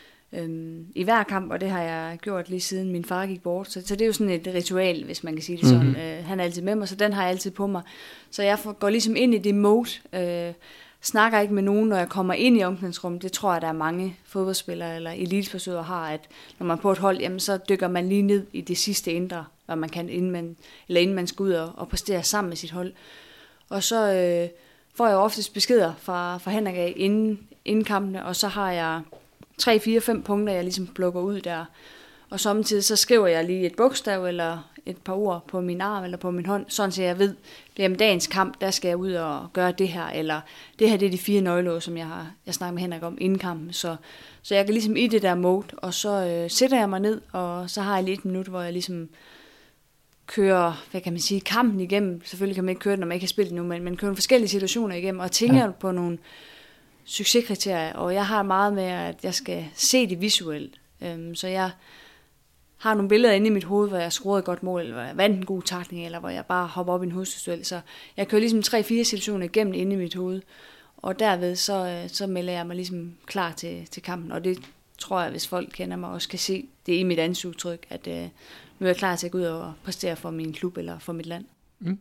i hver kamp, og det har jeg gjort lige siden min far gik bort. Så det er jo sådan et ritual, hvis man kan sige det sådan. Han er altid med mig, så den har jeg altid på mig. Så jeg går ligesom ind i det mode, snakker ikke med nogen, når jeg kommer ind i omklædningsrummet. Det tror jeg, der er mange fodboldspillere eller eliteforsøgere har, at når man er på et hold, jamen, så dykker man lige ned i det sidste indre, hvad man kan, inden man skal ud og præstere sammen med sit hold. Og så får jeg oftest beskeder fra Henrik af inden kampene, og så har jeg 3, 4, 5 punkter, jeg ligesom plukker ud der. Og samtidig så skriver jeg lige et bogstav eller et par ord på min arm eller på min hånd, sådan så jeg ved, at dagens kamp, der skal jeg ud og gøre det her, eller det her det er de 4 nøgleord, som jeg snakker med Henrik om inden kampen. Så jeg kan ligesom i det der mode, og så sætter jeg mig ned, og så har jeg lige et minut, hvor jeg ligesom kører, hvad kan man sige, kampen igennem. Selvfølgelig kan man ikke køre det, når man ikke har spillet nu, men man kører forskellige situationer igennem, og tænker på nogle succeskriterier, og jeg har meget med, at jeg skal se det visuelt. Så jeg har nogle billeder inde i mit hoved, hvor jeg skruer et godt mål, eller hvor jeg vandt en god takning, eller hvor jeg bare hopper op i en hovedstødsduel. Så jeg kører ligesom 3-4 situationer igennem inde i mit hoved, og derved så melder jeg mig ligesom klar til kampen. Og det tror jeg, hvis folk kender mig, også kan se det i mit ansigtsudtryk, at nu er jeg klar til at gå ud og præstere for min klub eller for mit land.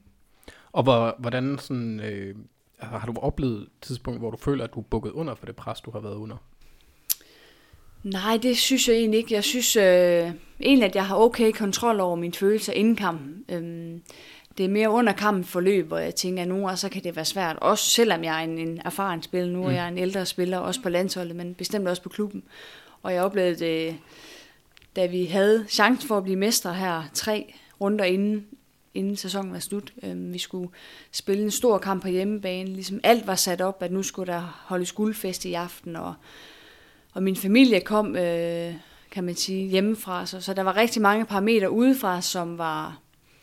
Og hvordan sådan... har du oplevet et tidspunkt, hvor du føler, at du er bukket under for det pres, du har været under? Nej, det synes jeg egentlig ikke. Jeg synes egentlig, at jeg har okay kontrol over mine følelser inden kampen. Det er mere under kampen forløb, hvor jeg tænker, at nogle gange så kan det være svært. Også selvom jeg er en erfaren spiller. Nu er jeg en ældre spiller, også på landsholdet, men bestemt også på klubben. Og jeg oplevede det, da vi havde chancen for at blive mestre her 3 runder inden sæsonen var slut. Vi skulle spille en stor kamp på hjemmebane. Ligesom alt var sat op, at nu skulle der holdes guldfest i aften, og min familie kom, kan man sige, hjemmefra. Så der var rigtig mange parametre udefra, som var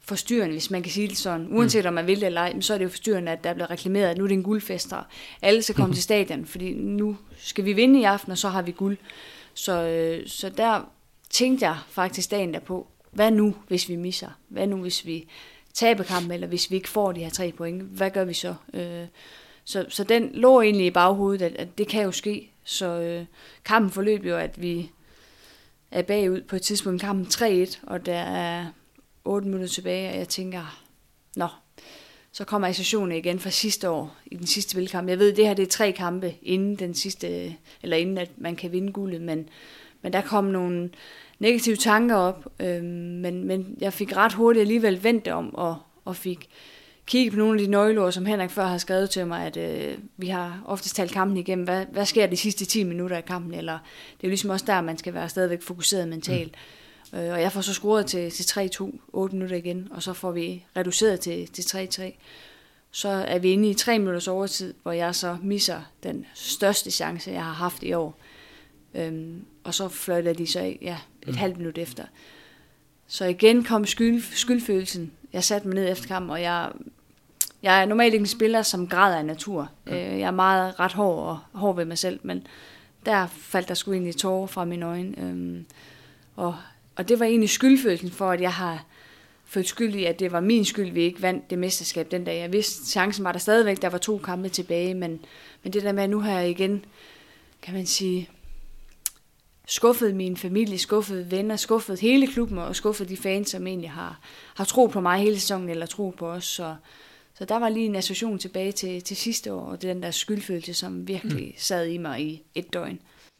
forstyrrende, hvis man kan sige det sådan. Uanset om man vil det eller ej, så er det jo forstyrrende, at der bliver reklameret, at nu er det en guldfest, og alle skal komme til stadion, fordi nu skal vi vinde i aften, og så har vi guld. Så der tænkte jeg faktisk dagen derpå, hvad nu, hvis vi misser? Hvad nu, hvis vi taber kampen, eller hvis vi ikke får de her 3 point? Hvad gør vi så? Så den lå egentlig i baghovedet, at det kan jo ske. Så kampen forløb jo, at vi er bagud på et tidspunkt kampen 3-1, og der er 8 minutter tilbage, og jeg tænker, så kommer associationen igen fra sidste år, i den sidste spilkamp. Jeg ved, det her det er 3 kampe inden at man kan vinde guldet, men der kom nogle negative tanker op, men jeg fik ret hurtigt alligevel vendt det om, og fik kigget på nogle af de nøgleord, som Henrik før har skrevet til mig, at vi har oftest talt kampen igennem. Hvad sker de sidste 10 minutter af kampen? Eller det er jo ligesom også der, man skal være stadigvæk fokuseret mentalt. Og jeg får så scoret til 3-2, 8 minutter igen, og så får vi reduceret til 3-3. Så er vi inde i 3 minutters overtid, hvor jeg så misser den største chance, jeg har haft i år. Og så fløjter de så af, et halvt minut efter. Så igen kom skyldfølelsen. Jeg satte mig ned efter kampen, og jeg er normalt ikke en spiller, som græder af natur. Jeg er meget ret hård ved mig selv, men der faldt der sgu egentlig tårer fra mine øjne. Og det var egentlig skyldfølelsen for, at jeg har følt skyld i, at det var min skyld, vi ikke vandt det mesterskab den dag. Jeg vidste, chancen var der stadigvæk, der var 2 kampe tilbage, men det der med, at nu har jeg igen, kan man sige, skuffet min familie, skuffet venner, skuffet hele klubben og skuffet de fans, som egentlig har troet på mig hele sæsonen, eller troet på os. Så der var lige en association tilbage til sidste år, og det er den der skyldfølelse, som virkelig sad i mig i 1 døgn.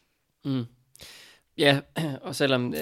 Ja, og selvom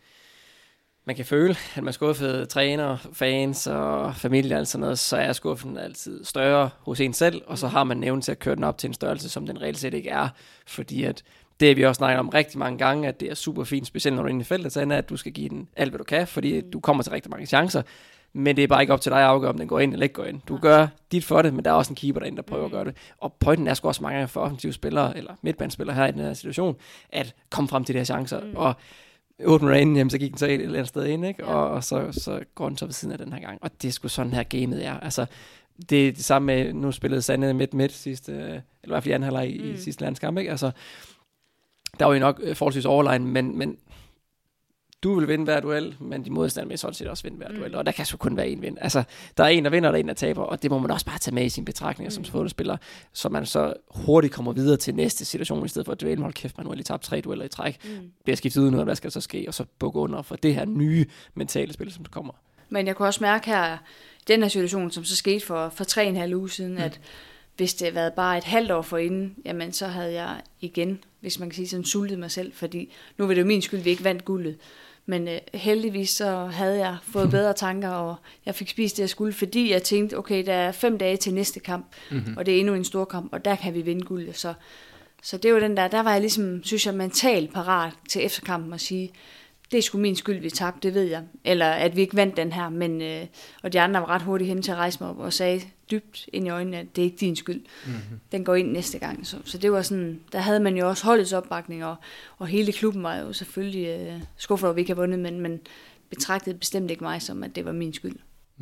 man kan føle, at man skuffede træner, fans og familie og sådan noget, så er skuffen altid større hos en selv, og så har man evnen til at køre den op til en størrelse, som den reelt set ikke er, fordi at det har vi også snakket om rigtig mange gange, at det er super fint, specielt når du er inde i feltet, så er, at du skal give den alt, hvad du kan, fordi du kommer til rigtig mange chancer, men det er bare ikke op til dig at afgøre, om den går ind eller ikke går ind. Du gør dit for det, men der er også en keeper derinde, der prøver at gøre det. Og pointen er sgu også mange gange for offensive spillere, eller midtbanespillere her i den her situation, at komme frem til de her chancer. Og 8 minutter inden, så gik den så et eller andet sted ind, ikke? Ja. Og så går den så ved siden af den her gang. Og det er sgu sådan her gamet er. Altså, det er det samme med, nu spillede Sande midt sidste, eller i hvert fald i anden halvleg i sidste landskamp, ikke? Altså, der var jo nok forholdsvis overlegen, men du vil vinde hver duel, men de modstandere vil sådan set også vinde hver duel, og der kan sgu kun være en vind. Altså, der er en, der vinder, og der er en, der taber, og det må man også bare tage med i sine betragtninger som fodboldspiller, så man så hurtigt kommer videre til næste situation, i stedet for at duellen, hold kæft, man nu har lige tabt 3 dueller i træk, bliver skiftet ud nu, og hvad skal der så ske, og så bukke under for det her nye mentale spil, som kommer. Men jeg kunne også mærke her, den her situation, som så skete for 3,5 uger siden, at hvis det havde været bare et halvt år forinden, jamen så havde jeg igen, hvis man kan sige sådan, sultet mig selv, fordi nu var det jo min skyld, vi ikke vandt guldet. Men heldigvis så havde jeg fået bedre tanker, og jeg fik spist det, jeg skulle, fordi jeg tænkte, okay, der er 5 dage til næste kamp, og det er endnu en stor kamp, og der kan vi vinde guldet. Så det var den der var jeg ligesom, synes jeg, mentalt parat til efterkampen at sige, det er sgu min skyld, vi tabte, det ved jeg. Eller at vi ikke vandt den her, men og de andre var ret hurtigt hen til at rejse mig op og sagde dybt ind i øjnene, at det er ikke din skyld. Den går ind næste gang. Så det var sådan, der havde man jo også holdets opbakning, og hele klubben var jo selvfølgelig skuffet over, at vi ikke har vundet, men betragtede bestemt ikke mig som, at det var min skyld.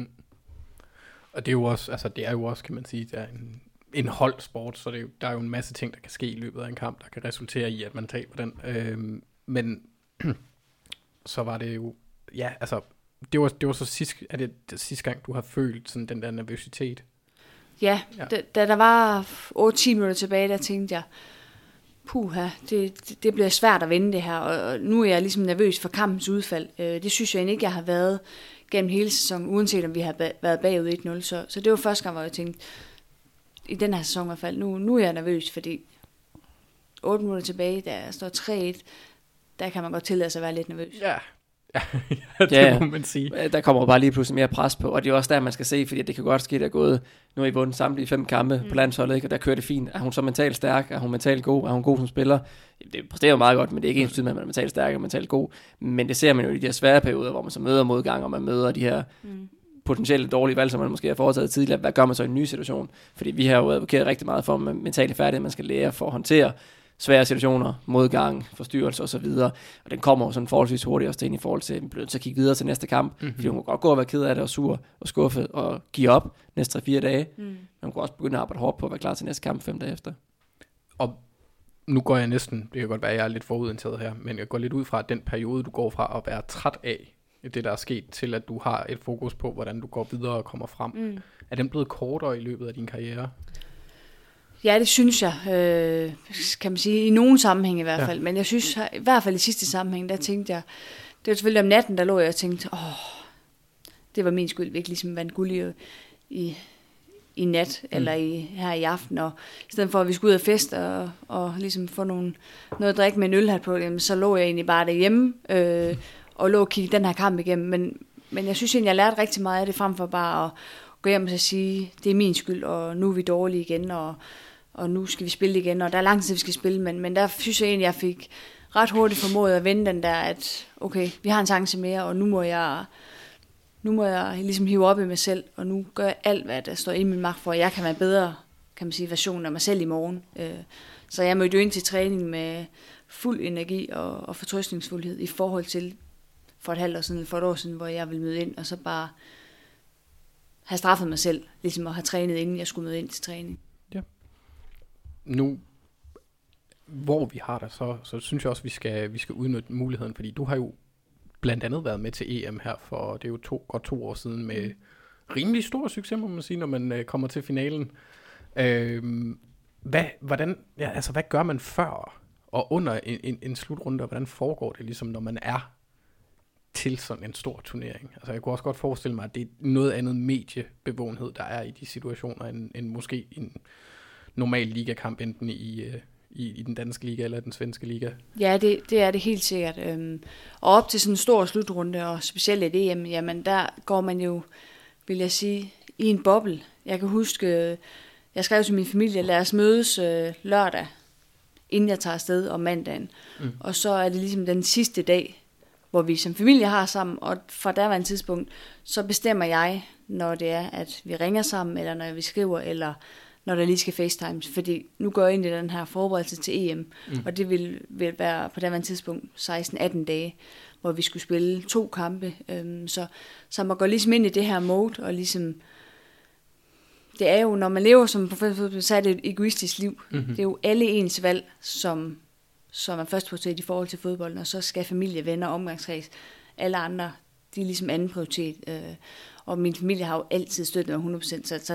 Og det er jo også, kan man sige, der er en holdsport, så der er jo en masse ting, der kan ske i løbet af en kamp, der kan resultere i, at man taber den. Men så var det jo, det var så sidste gang, du har følt sådan den der nervøsitet. Ja. Da der var 8-10 minutter tilbage, der tænkte jeg, puha, det bliver svært at vinde det her, og nu er jeg ligesom nervøs for kampens udfald. Det synes jeg egentlig ikke, jeg har været gennem hele sæsonen, uanset om vi har været bagud 1-0. Så det var første gang, hvor jeg tænkte, i den her sæson i hvert fald, nu er jeg nervøs, fordi 8 minutter tilbage, der står 3-1, der kan man godt tillade sig at være lidt nervøs. Ja, det må man sige. Der kommer bare lige pludselig mere pres på, og det er også der, man skal se, fordi det kan godt ske, der er gået, nu har I vundet samtlige 5 kampe på landsholdet, ikke? Og der kører det fint. Er hun så mentalt stærk? Er hun mentalt god? Er hun god som spiller? Det præsterer jo meget godt, men det er ikke ens tid med, at man er mentalt stærk og mentalt god. Men det ser man jo i de her svære perioder, hvor man så møder modgang, og man møder de her potentielle dårlige valg, som man måske har foretaget tidligere. Hvad gør man så i en ny situation? Fordi vi har jo advokeret rigtig meget for, at mentale færdighed, man skal lære for at håndtere svære situationer, modgang, forstyrrelser osv. Og den kommer jo sådan forholdsvis hurtigt også ind i forhold til, at man bliver nødt til at kigge videre til næste kamp. Fordi hun kan godt gå og være ked af det og sur og skuffet og give op næste 3-4 dage. Men hun kan også begynde at arbejde hårdt på at være klar til næste kamp 5 dage efter. Og nu går jeg næsten, det kan godt være, at jeg er lidt forudindtaget her, men jeg går lidt ud fra den periode, du går fra at være træt af det, der er sket, til at du har et fokus på, hvordan du går videre og kommer frem. Er den blevet kortere i løbet af din karriere? Ja, det synes jeg, kan man sige, i nogen sammenhæng i hvert fald. Men jeg synes, i hvert fald i sidste sammenhæng, der tænkte jeg, det var selvfølgelig om natten, der lå jeg og tænkte, det var min skyld, vi ikke ligesom vandt guld i nat, eller her i aften, og i stedet for, at vi skulle ud og feste, og ligesom få noget at drikke med en ølhat på, jamen, så lå jeg egentlig bare derhjemme, og lå og kiggede den her kamp igennem, men jeg synes egentlig, jeg lærte rigtig meget af det, frem for bare at gå hjem og sige, det er min skyld, og nu er vi dårlige igen, og nu skal vi spille igen, og der er lang tid, vi skal spille, men der synes jeg egentlig, jeg fik ret hurtigt formået at vende den der, at okay, vi har en chance mere, og nu må jeg ligesom hive op i mig selv, og nu gør jeg alt, hvad der står i min magt, for at jeg kan være en bedre, kan man sige, version af mig selv i morgen. Så jeg mødte jo ind til træning med fuld energi og fortrøstningsfuldhed i forhold til for et år siden, hvor jeg ville møde ind, og så bare have straffet mig selv, ligesom at have trænet, inden jeg skulle møde ind til træning. Ja. Nu, hvor vi har dig, så synes jeg også, vi skal udnytte muligheden, fordi du har jo blandt andet været med til EM her for, det er jo godt 2 år siden, med rimelig stor succes, må man sige, når man kommer til finalen. Hvad gør man før og under en slutrunde, og hvordan foregår det, ligesom når man er til sådan en stor turnering? Altså jeg kunne også godt forestille mig, at det er noget andet mediebevågenhed, der er i de situationer, end måske en normal ligakamp, enten i den danske liga eller den svenske liga. Ja, det er det helt sikkert. Og op til sådan en stor slutrunde, og specielt et EM, jamen der går man jo, vil jeg sige, i en boble. Jeg kan huske, jeg skrev til min familie, lad os mødes lørdag, inden jeg tager afsted om mandagen. Og så er det ligesom den sidste dag, hvor vi som familie har sammen, og fra derværende tidspunkt, så bestemmer jeg, når det er, at vi ringer sammen, eller når vi skriver, eller når der lige skal FaceTimes, fordi nu går jeg ind i den her forberedelse til EM, og det vil være på derværende tidspunkt 16-18 dage, hvor vi skulle spille 2 kampe, så man går ligesom ind i det her mode, og ligesom, det er jo, når man lever som professionel, så er det et egoistisk liv. Det er jo alle ens valg, som er først prioritet i forhold til fodbolden, og så skal familie, venner, omgangskreds, alle andre, de er ligesom anden prioritet. Og min familie har jo altid støttet mig 100%, så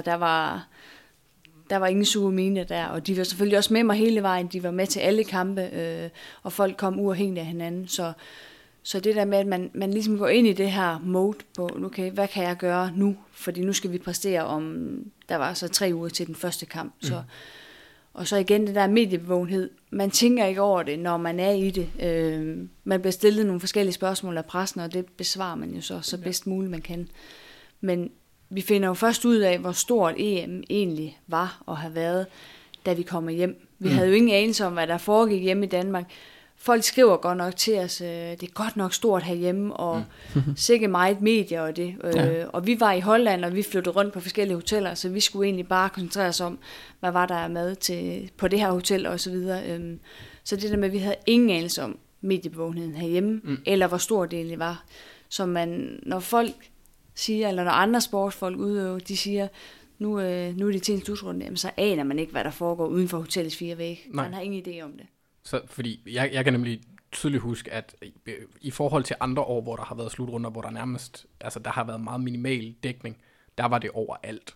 der var ingen sure mine der, og de var selvfølgelig også med mig hele vejen, de var med til alle kampe, og folk kom uafhængigt af hinanden, så det der med, at man ligesom går ind i det her mode på, okay, hvad kan jeg gøre nu, fordi nu skal vi præstere om, der var så 3 uger til den første kamp, og så igen det der mediebevågenhed, man tænker ikke over det, når man er i det, man bliver stillet nogle forskellige spørgsmål af pressen, og det besvarer man jo så bedst muligt man kan, men vi finder jo først ud af, hvor stort EM egentlig var og har været, da vi kommer hjem. Vi havde jo ingen anelse om, hvad der foregik hjemme i Danmark. Folk skriver godt nok til os, det er godt nok stort herhjemme, og sikkert meget medier og det. Og vi var i Holland, og vi flyttede rundt på forskellige hoteller, så vi skulle egentlig bare koncentrere os om, hvad var der af mad på det her hotel og så videre. Så det der med, at vi havde ingen anelse om mediebevågenheden herhjemme, eller hvor stor det egentlig var. Så når folk siger, eller når andre sportsfolk udøver, de siger, nu er det til en slutrunde, så aner man ikke, hvad der foregår uden for hotellets 4 vægge. Man har ingen idé om det. Så fordi jeg kan nemlig tydeligt huske, at i forhold til andre år, hvor der har været slutrunder, hvor der nærmest, altså der har været meget minimal dækning, der var det overalt.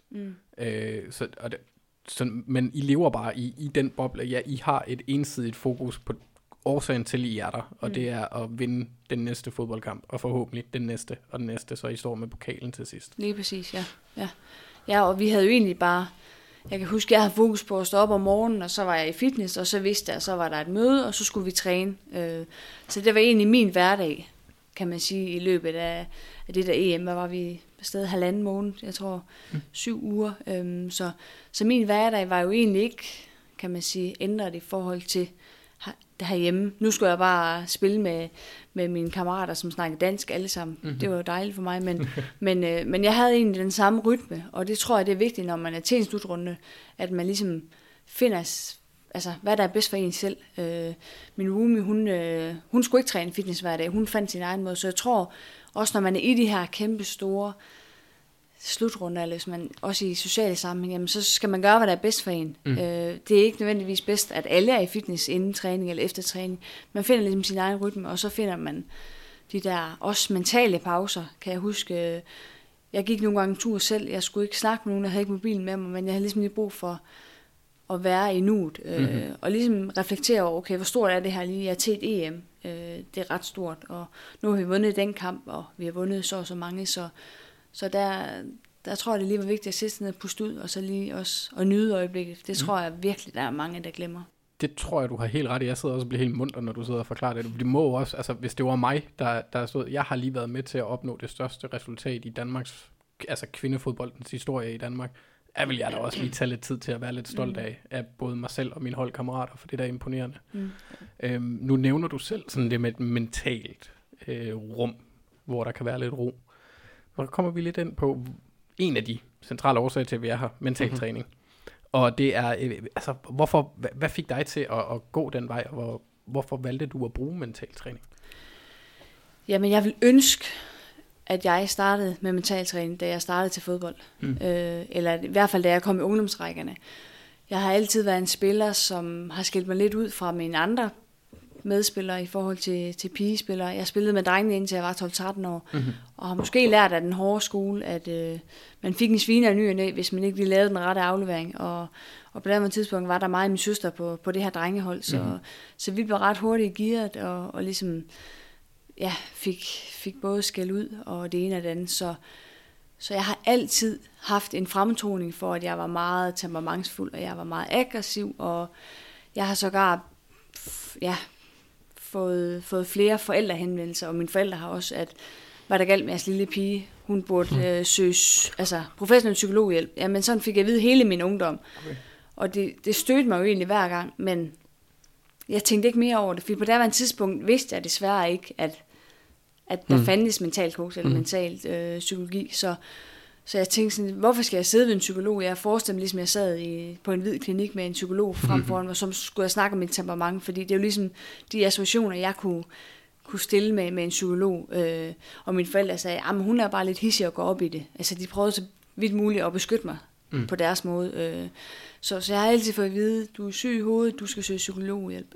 Men I lever bare i den boble. Ja, I har et ensidigt fokus på årsagen til, I er der, og det er at vinde den næste fodboldkamp, og forhåbentlig den næste og den næste, så I står med pokalen til sidst. Lige præcis, ja. Ja, og vi havde jo egentlig bare, jeg kan huske, jeg havde fokus på at stå op om morgenen, og så var jeg i fitness, og så vidste jeg, og så var der et møde, og så skulle vi træne. Så det var egentlig min hverdag, kan man sige, i løbet af det der EM. Der var vi afsted 1,5 måned, jeg tror 7 uger. Så min hverdag var jo egentlig ikke, kan man sige, ændret i forhold til herhjemme. Nu skulle jeg bare spille med mine kammerater, som snakkede dansk alle sammen. Det var jo dejligt for mig, men jeg havde egentlig den samme rytme, og det tror jeg, det er vigtigt, når man er til en slutrunde, at man ligesom finder hvad der er bedst for en selv. Min roomie, hun skulle ikke træne fitness hver dag. Hun fandt sin egen måde. Så jeg tror, også når man er i de her kæmpe store slutrunder, eller hvis man også i sociale sammenhæng, jamen, så skal man gøre, hvad der er bedst for en. Det er ikke nødvendigvis bedst, at alle er i fitness inden træning eller efter træning. Man finder ligesom sin egen rytme, og så finder man de der også mentale pauser. Kan jeg huske, jeg gik nogle gange en tur selv. Jeg skulle ikke snakke med nogen, jeg havde ikke mobilen med mig, men jeg havde ligesom lige brug for at være i nuet. Og ligesom reflektere over, okay, hvor stort er det her lige? Jeg er til et EM. Det er ret stort, og nu har vi vundet den kamp, og vi har vundet så mange, så der tror jeg, det lige var vigtigt at sætte sig ned og puste ud, og så lige også at nyde øjeblikket. Det tror jeg virkelig, der er mange, der glemmer. Det tror jeg, du har helt ret i. Jeg sidder også og bliver helt munter, når du sidder og forklarer det. Det må også, altså hvis det var mig, der stod, jeg har lige været med til at opnå det største resultat i Danmarks, altså kvindefodboldens historie i Danmark. Jeg vil jeg da også lige tage lidt tid til at være lidt stolt af både mig selv og mine holdkammerater, for det der er imponerende. Nu nævner du selv sådan det med et mentalt rum, hvor der kan være lidt ro. Og der kommer vi lidt ind på en af de centrale årsager til, at vi er her, mental træning. Og det er, altså, hvad fik dig til at gå den vej, og hvorfor valgte du at bruge mental træning? Jamen, jeg vil ønske, at jeg startede med mental træning, da jeg startede til fodbold. Eller i hvert fald, da jeg kom i ungdomsrækkerne. Jeg har altid været en spiller, som har skilt mig lidt ud fra mine andre medspillere i forhold til pigespillere. Jeg spillede med drengene indtil jeg var 12-13 år, og har måske lært af den hårde skole, at man fik en sviner i ny og næ, hvis man ikke lige lavede den rette aflevering. Og på det tidspunkt var der mig og min søster på det her drengehold, så vi blev ret hurtigt gearet, og ligesom fik både skæld ud og det ene og det andet. Så jeg har altid haft en fremtoning for, at jeg var meget temperamentsfuld, og jeg var meget aggressiv, og jeg har sågar fået flere forældrehenvendelser, og mine forældre har også, at var der galt med jeres lille pige, hun burde søge professionel psykologhjælp. Jamen sådan fik jeg at vide hele min ungdom. Okay. Og det stødte mig jo egentlig hver gang, men jeg tænkte ikke mere over det, for på daværende tidspunkt vidste jeg desværre ikke, at der fandtes mental coach eller mental psykologi, så jeg tænkte sådan, hvorfor skal jeg sidde ved en psykolog? Jeg forestillede mig ligesom, jeg sad på en hvid klinik med en psykolog frem foran mig, og så skulle jeg snakke om mit temperament, fordi det er jo ligesom de associationer, jeg kunne stille med en psykolog. Og mine forældre sagde, at hun er bare lidt hissig og går op i det. Altså, de prøvede så vidt muligt at beskytte mig på deres måde. Så jeg har altid fået at vide, du er syg i hovedet, du skal søge psykologhjælp.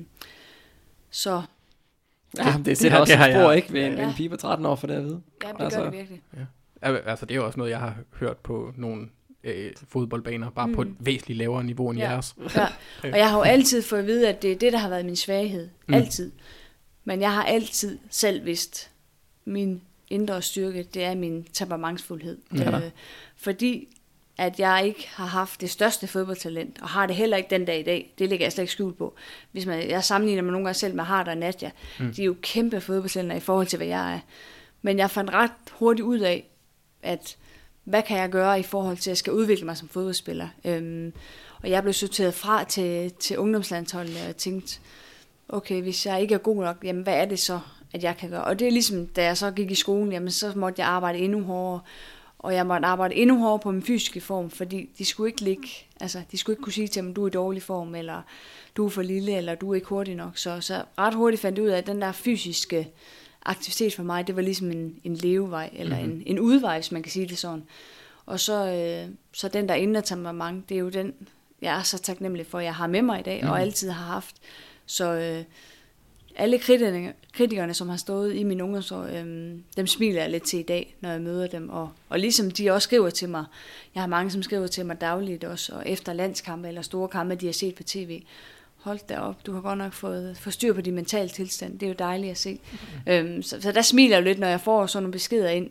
Så... Ja, det sætter også et spor, ikke, ved en pige på 13 år for det at vide. Ja, det gør det virkelig. Ja. Altså, det er jo også noget, jeg har hørt på nogle fodboldbaner, bare på et væsentligt lavere niveau end jeres. Ja. Og jeg har jo altid fået at vide, at det er det, der har været min svaghed. Altid. Men jeg har altid selv vidst, min indre styrke, det er min temperamentsfuldhed. Fordi at jeg ikke har haft det største fodboldtalent, og har det heller ikke den dag i dag. Det lægger jeg slet ikke skjult på. Hvis jeg sammenligner mig nogle gange selv med Harder og Nadja, de er jo kæmpe fodboldtalenter i forhold til, hvad jeg er. Men jeg fandt ret hurtigt ud af, at hvad kan jeg gøre i forhold til, at jeg skal udvikle mig som fodboldspiller. Og jeg blev sorteret fra til ungdomslandsholdet, og jeg tænkte, okay, hvis jeg ikke er god nok, jamen hvad er det så, at jeg kan gøre? Og det er ligesom, da jeg så gik i skolen, jamen så måtte jeg arbejde endnu hårdere, og jeg måtte arbejde endnu hårdere på min fysiske form, fordi de skulle ikke kunne sige til mig, du er i dårlig form, eller du er for lille, eller du er ikke hurtig nok. Så ret hurtigt fandt jeg ud af, at den der fysiske aktivitet for mig, det var ligesom en levevej, eller en udvej, hvis man kan sige det sådan. Og så den der indre temperament, det er jo den, jeg er så taknemmelig for, at jeg har med mig i dag, og altid har haft. Så alle kritikerne, som har stået i min ungdomsår, dem smiler jeg lidt til i dag, når jeg møder dem. Og ligesom de også skriver til mig, jeg har mange, som skriver til mig dagligt også, og efter landskampe eller store kampe, de har set på tv. Hold da op, du har godt nok fået styr på din mentale tilstand. Det er jo dejligt at se. Så der smiler jeg jo lidt, når jeg får sådan nogle beskeder ind.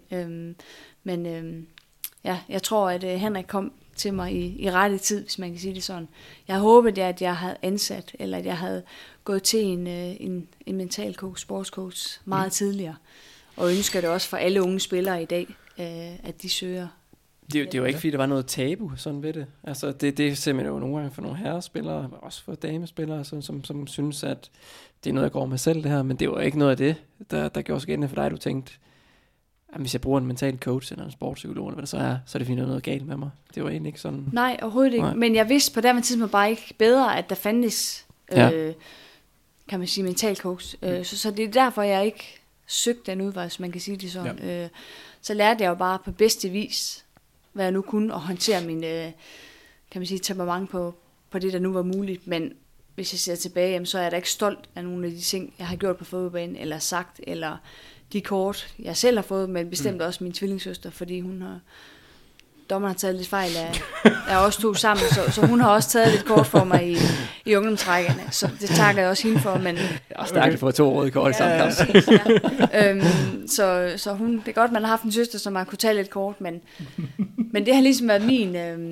Men jeg tror, at Henrik kom til mig i rette tid, hvis man kan sige det sådan. Jeg håbede, at jeg havde ansat, eller at jeg havde gået til en mental coach, sportscoach meget tidligere. Og ønsker det også for alle unge spillere i dag, at de søger. Det er jo ikke, fordi der var noget tabu sådan ved det. Altså, det ser man jo nogle gange for nogle herrespillere, også for damespillere, som synes, at det er noget, jeg går med selv, det her. Men det var ikke noget af det, der gjorde sig gældende for dig, du tænkte, hvis jeg bruger en mental coach eller en sportspsykolog, eller hvad det så er det fordi, der er noget galt med mig. Det var egentlig ikke sådan... Nej, overhovedet ikke. Nej. Men jeg vidste på den tidspunkt bare ikke bedre, at der fandtes, kan man sige, mental coach. Så det er derfor, jeg ikke søgte den udvej, hvis man kan sige det sådan. Ja. Så lærte jeg jo bare på bedste vis, hvad jeg nu kunne, og håndtere min, kan man sige, temperament på det, der nu var muligt. Men hvis jeg ser tilbage, jamen, så er jeg da ikke stolt af nogle af de ting, jeg har gjort på fodboldbanen, eller sagt, eller de kort, jeg selv har fået, men bestemt også min tvillingssøster, fordi dommeren har taget lidt fejl af os to sammen, så hun har også taget lidt kort for mig i ungdomstrækkerne, så det takker jeg også hende for. Men jeg er stærkt at få 2 røde kort i samme kamp. Så hun, det er godt, man har haft en søster, som har kunne tage lidt kort, men det har ligesom været min,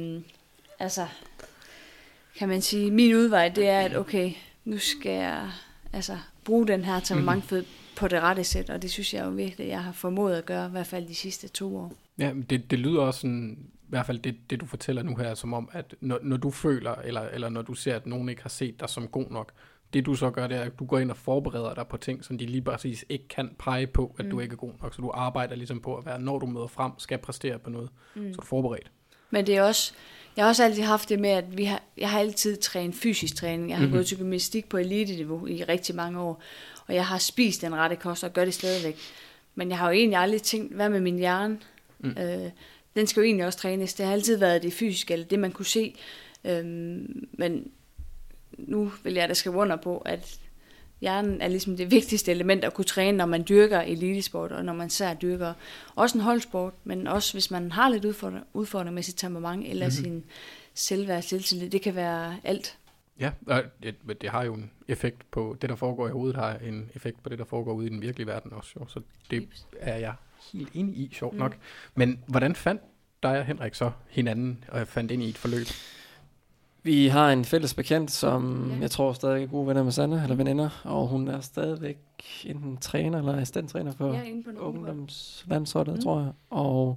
kan man sige, min udvej, det er, at okay, nu skal jeg bruge den her temperament på det rette sæt, og det synes jeg jo virkelig, jeg har formået at gøre, i hvert fald de sidste 2 år. Ja, det lyder også sådan, i hvert fald det du fortæller nu her, som om, at når du føler, eller når du ser, at nogen ikke har set dig som god nok, det du så gør, det er, at du går ind og forbereder dig på ting, som de lige præcis ikke kan pege på, at du ikke er god nok, så du arbejder ligesom på at være, når du møder frem, skal præstere på noget, så er du forberedt. Men det er også, jeg har også altid haft det med, at jeg har altid trænet fysisk træning. Jeg har gået til gymnastik på elite-niveau i rigtig mange år, og jeg har spist den rette kost og gør det stadigvæk. Men jeg har jo egentlig aldrig tænkt, hvad med min hjerne? Den skal jo egentlig også trænes. Det har altid været det fysiske, eller det man kunne se. Men nu vil jeg da skrive under på, at hjernen er ligesom det vigtigste element at kunne træne, når man dyrker elitesport, og når man særligt dyrker også en holdsport, men også hvis man har lidt udfordring med sit temperament, eller sin selvværd, selvtillid. Det kan være alt. Ja, og det har jo en effekt på det, der foregår i hovedet, har en effekt på det, der foregår ude i den virkelige verden også. Jo. Så det er jeg helt enig i, sjovt nok. Men hvordan fandt dig og Henrik så hinanden, og fandt ind i et forløb? Vi har en fælles bekendt, som jeg tror stadig er gode venner med Sanne, eller veninder, og hun er stadigvæk enten træner eller assistenttræner for ungdomslandsholdet, tror jeg. Og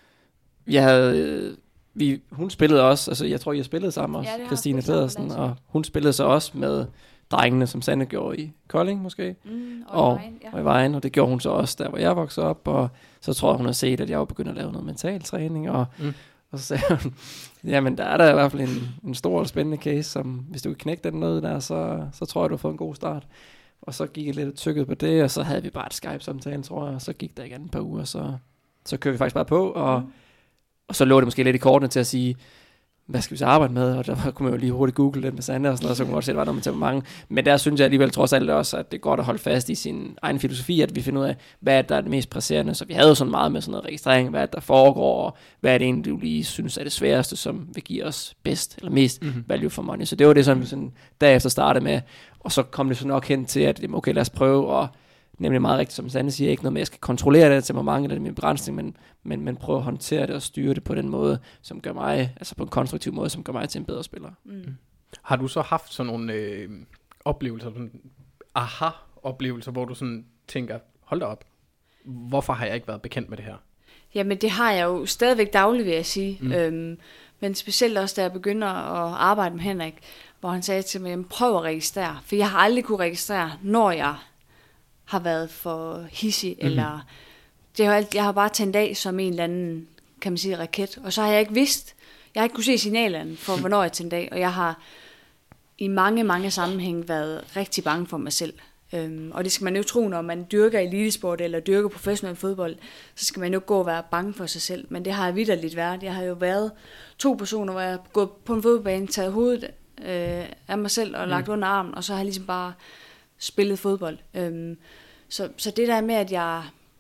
hun spillede også, altså jeg tror, I har spillet sammen også, Christine Pedersen, og hun spillede så også med drengene, som Sanne gjorde i Kolding måske, og i Vejen, og det gjorde hun så også der, hvor jeg voksede op, og så tror jeg, hun har set, at jeg var begyndt at lave noget mental træning, og så sagde hun, jamen der er der i hvert fald en stor og spændende case, som hvis du kan knække den noget der, så tror jeg, du har fået en god start. Og så gik jeg lidt tykket på det, og så havde vi bare et Skype-samtale, tror jeg, og så gik der igen et par uger, så kørte vi faktisk bare på, og så lå det måske lidt i kortene til at sige, hvad skal vi så arbejde med? Og der kunne man jo lige hurtigt google det med Sanne og sådan noget, så kunne man godt se, at der var noget med temperament. Men der synes jeg alligevel trods alt også, at det er godt at holde fast i sin egen filosofi, at vi finder ud af, hvad der er det mest presserende. Så vi havde jo sådan meget med sådan noget registrering, hvad der foregår, og hvad er det egentlig, du lige synes er det sværeste, som vil give os bedst eller mest value for money. Så det var det, som vi sådan derefter startede med. Og så kom det så nok hen til, at okay, lad os prøve at nemlig meget rigtigt, som Sanne siger, ikke noget med, at jeg skal kontrollere det temperament, eller det min begrænsning, men prøve at håndtere det og styre det på den måde, som gør mig, altså på en konstruktiv måde, som gør mig til en bedre spiller. Har du så haft sådan nogle oplevelser, sådan aha-oplevelser, hvor du sådan tænker, hold da op, hvorfor har jeg ikke været bekendt med det her? Jamen det har jeg jo stadigvæk dagligt, vil jeg sige. Men specielt også, da jeg begynder at arbejde med Henrik, hvor han sagde til mig, prøv at registrere, for jeg har aldrig kunne registrere, når jeg har været for hissig, eller jeg har bare tændt af som en eller anden, kan man sige, raket, og så har jeg ikke vidst, jeg har ikke kunne se signalerne for, hvornår jeg tændte af, og jeg har i mange sammenhæng været rigtig bange for mig selv. Og det skal man jo tro, når man dyrker elitesport eller dyrker professionel fodbold, så skal man jo gå og være bange for sig selv, men det har jeg vitterligt været. Jeg har jo været 2 personer, hvor jeg har gået på en fodboldbane, taget hovedet af mig selv og lagt under armen, og så har jeg ligesom bare spillet fodbold. Så det der med, at jeg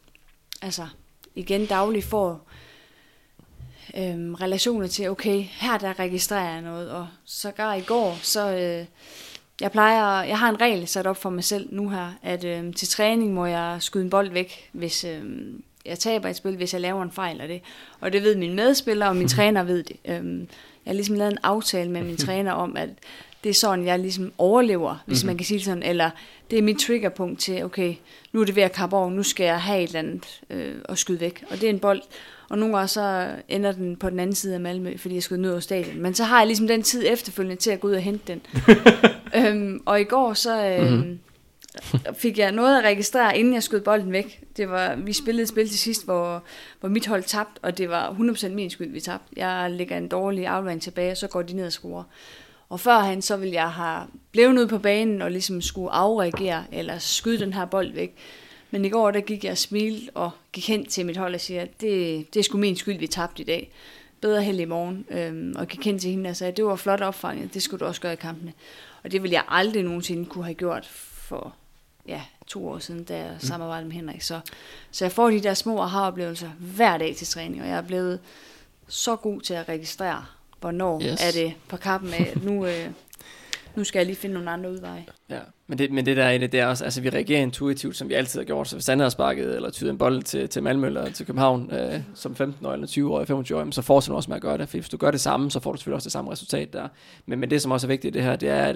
igen dagligt får relationer til, okay, her der registrerer jeg noget, og så i går, så jeg har en regel sat op for mig selv nu her, at til træning må jeg skyde en bold væk, hvis jeg taber et spil, hvis jeg laver en fejl af det. Og det ved mine medspillere, og min træner ved det. Jeg har ligesom lavet en aftale med min træner om, at det er sådan, jeg ligesom overlever, hvis man kan sige det sådan, eller det er mit triggerpunkt til, okay, nu er det ved at kappe over, nu skal jeg have et eller andet og skyde væk. Og det er en bold, og nogle gange så ender den på den anden side af Malmø, fordi jeg skulle ned over stadion. Men så har jeg ligesom den tid efterfølgende til at gå ud og hente den. Og i går fik jeg noget at registrere, inden jeg skød bolden væk. Vi spillede et spil til sidst, hvor mit hold tabte, og det var 100% min skyld, vi tabte. Jeg lægger en dårlig aflevering tilbage, og så går de ned og scorer. Og førhen, så ville jeg have blevet ude på banen og ligesom skulle afreagere, eller skyde den her bold væk. Men i går, der gik jeg og smilte og gik hen til mit hold og siger, at det er sgu min skyld, vi tabte i dag. Bedre held i morgen. Og gik hen til hende og sagde, at det var flot opfanget, det skulle du også gøre i kampene. Og det ville jeg aldrig nogensinde kunne have gjort for 2 år siden, da jeg samarbejdede med Henrik. Så jeg får de der små aha-oplevelser hver dag til træning, og jeg er blevet så god til at registrere, hvornår er det på kappen af, at nu skal jeg lige finde nogle andre udveje. Ja, men det der er det er også, altså vi reagerer intuitivt, som vi altid har gjort, så hvis han havde sparket eller tydet en bold til Malmø eller til København som 15-årig eller 20-årig, 25-årig, så fortsætter du også med at gøre det, for hvis du gør det samme, så får du selvfølgelig også det samme resultat der. Men det, som også er vigtigt i det her, det er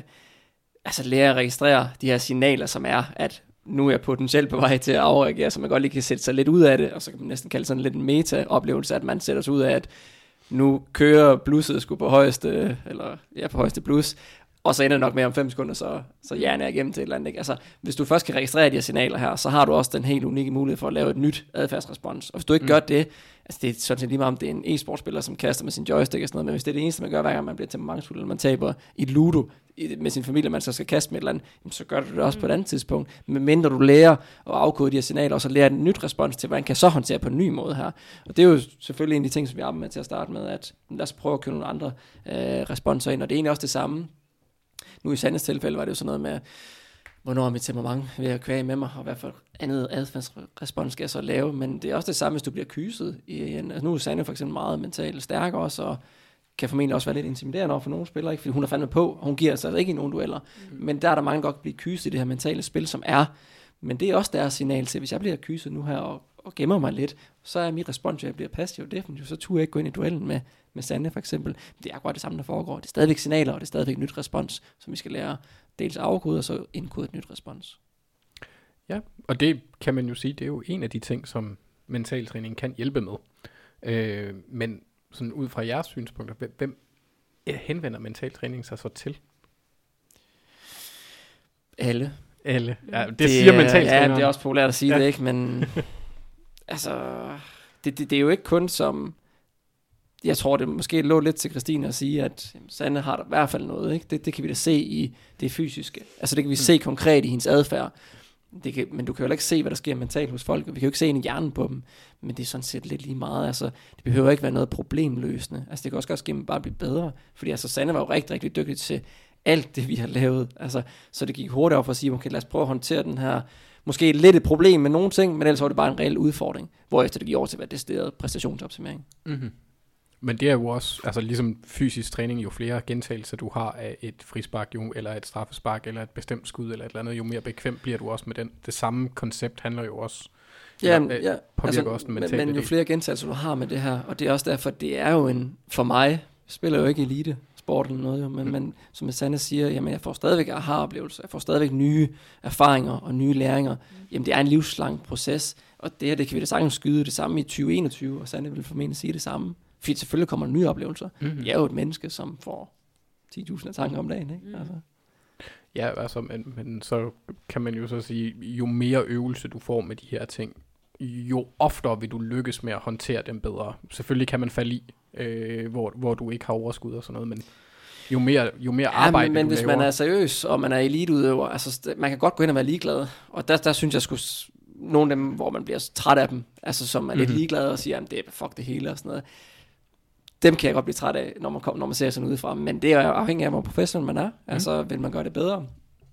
at lære at registrere de her signaler, som er, at nu er jeg potentielt på vej til at afreagere, så man godt lige kan sætte sig lidt ud af det, og så kan man næsten kalde sådan lidt en meta-oplevelse, at man sætter sig ud af, at nu kører blusset sgu på højeste blus, og så ender det nok med om 5 sekunder, så hjernen er igennem til et eller andet. Ikke? Altså, hvis du først kan registrere de her signaler her, så har du også den helt unikke mulighed for at lave et nyt adfærdsrespons. Og hvis du ikke gør det, altså det er sådan set lige meget om det er en e-sportspiller, som kaster med sin joystick og sådan noget, men hvis det er det eneste, man gør, hver gang man bliver temperamentsfuld, eller man taber i Ludo med sin familie, man så skal kaste med et eller andet, så gør du det også på et andet tidspunkt. Men mindre du lærer at afkode de her signaler, og så lærer et nyt respons til, hvordan kan så håndtere på en ny måde her. Og det er jo selvfølgelig en af de ting, som vi arbejder med til at starte med, at lad os prøve at købe nogle andre responser ind, og det er egentlig også det samme. Nu i Sandes tilfælde var det jo sådan noget med, hvornår er mit temperament ved at kvæge med mig, og hvad for andet adfærdsrespons skal jeg så lave. Men det er også det samme, hvis du bliver kyset. Altså nu er Sande for eksempel meget mentalt stærk også, og kan formentlig også være lidt intimiderende over for nogle spillere, ikke? Fordi hun er fandme på, og hun giver sig altså ikke i nogen dueller. Men der er der mange godt blive kyset i det her mentale spil, som er. Men det er også deres signal til, hvis jeg bliver kyset nu her og gemmer mig lidt, så er mit respons, at jeg bliver passiv definitivt, så turde jeg ikke gå ind i duellen med Sande for eksempel. Det er akkurat det samme, der foregår. Det er stadigvæk signaler, og det er stadigvæk et nyt respons, som vi skal lære dels at afkode, og så indkode et nyt respons. Ja, og det kan man jo sige, det er jo en af de ting, som mentaltræning kan hjælpe med. Men sådan ud fra jeres synspunkter, hvem henvender mentaltræning sig så til? Alle. Ja, det siger mentaltræning. Ja, det er også populært at sige det, ikke? Men altså, det er jo ikke kun som... Jeg tror, det måske lå lidt til Christine at sige, at Sanne har der i hvert fald noget. Ikke? Det kan vi da se i det fysiske. Altså det kan vi se konkret i hendes adfærd. Men du kan jo ikke se, hvad der sker mentalt hos folk. Vi kan jo ikke se ind i hjernen på dem. Men det er sådan set lidt lige meget. Altså, det behøver ikke være noget problemløsende. Altså det kan også godt ske, at man bare bliver bedre. Fordi altså, Sanne var jo rigtig, rigtig dygtig til alt det, vi har lavet. Altså, så det gik hurtigt over for at sige, okay, lad os prøve at håndtere den her... Måske lidt et problem med nogle ting, men ellers var det bare en reel udfordring. Hvorefter det gik over til at være decideret præstationsoptimering. Mm-hmm. Men det er jo også, altså ligesom fysisk træning, jo flere gentagelser du har af et frispark, eller et straffespark, eller et bestemt skud, eller et eller andet, jo mere bekvem bliver du også med den. Det samme koncept handler jo også, påvirker altså, også den mentale men jo flere gentagelser du har med det her, og det er også derfor, det er jo for mig, spiller jo ikke elite sport eller noget, jo, men som Sanne siger, jamen jeg får stadigvæk aha-oplevelser, jeg får stadigvæk nye erfaringer og nye læringer. Jamen det er en livslang proces, og det kan vi da sagtens skyde det samme i 2021, og Sanne vil formentlig sige det samme. Fordi selvfølgelig kommer der nye oplevelser. Jeg er jo et menneske, som får 10.000 tanker om dagen, ikke? Altså. Ja, altså, men så kan man jo så sige, jo mere øvelse du får med de her ting, jo oftere vil du lykkes med at håndtere dem bedre. Selvfølgelig kan man falde i, hvor du ikke har overskud og sådan noget, men jo mere arbejde men hvis man er seriøs, og man er eliteudøver, altså man kan godt gå ind og være ligeglad, og der synes jeg sgu nogle af dem, hvor man bliver træt af dem, altså som er lidt ligeglade og siger, jamen det er fuck det hele og sådan noget. Dem kan jeg godt blive træt af, når man ser sådan udefra. Men det er afhængigt af, hvor professionel man er. Altså, vil man gøre det bedre,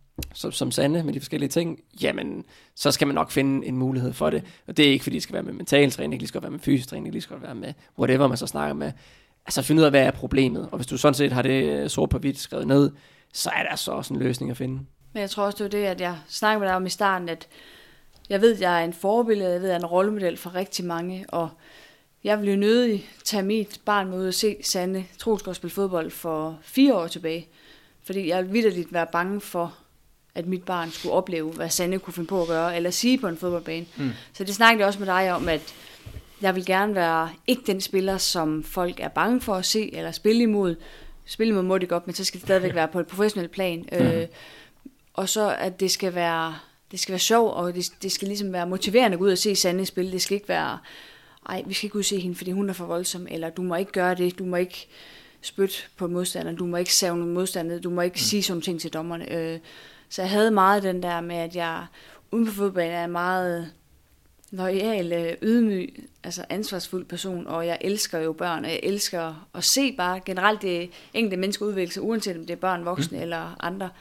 som Sanne med de forskellige ting, jamen, så skal man nok finde en mulighed for det. Og det er ikke, fordi det skal være med mental træning, det skal være med fysisk træning, det skal være med whatever man så snakker med. Altså, finde ud af, hvad er problemet. Og hvis du sådan set har det sort på hvidt skrevet ned, så er der så også en løsning at finde. Men jeg tror også, det er det, at jeg snakker med dig om i starten, at jeg ved, at jeg er en forbillede, jeg ved, at jeg er en rollemodel for rigtig mange, og jeg ville jo nødig tage mit barn med ud og se Sanne Troelsgaard spille fodbold for 4 år tilbage. Fordi jeg ville vitterligt være bange for, at mit barn skulle opleve, hvad Sanne kunne finde på at gøre, eller sige på en fodboldbane. Så det snakkede jeg også med dig om, at jeg vil gerne være ikke den spiller, som folk er bange for at se, eller spille imod. Spille imod må det godt, men så skal det stadigvæk være på et professionelt plan. og så at det skal være sjovt, og det skal ligesom være motiverende at gå ud og se Sanne spille. Det skal ikke være, vi skal ikke ud og se hende, fordi hun er for voldsom, eller du må ikke gøre det, du må ikke spytte på modstanderen, du må ikke save nogen modstander, du må ikke sige sådan ting til dommerne. Så jeg havde meget den der med, at jeg uden på fodbold er en meget loyal, ydmyg, altså ansvarsfuld person, og jeg elsker jo børn, og jeg elsker at se bare generelt det enkelte menneske udvikle sig, uanset om det er børn, voksne eller andre.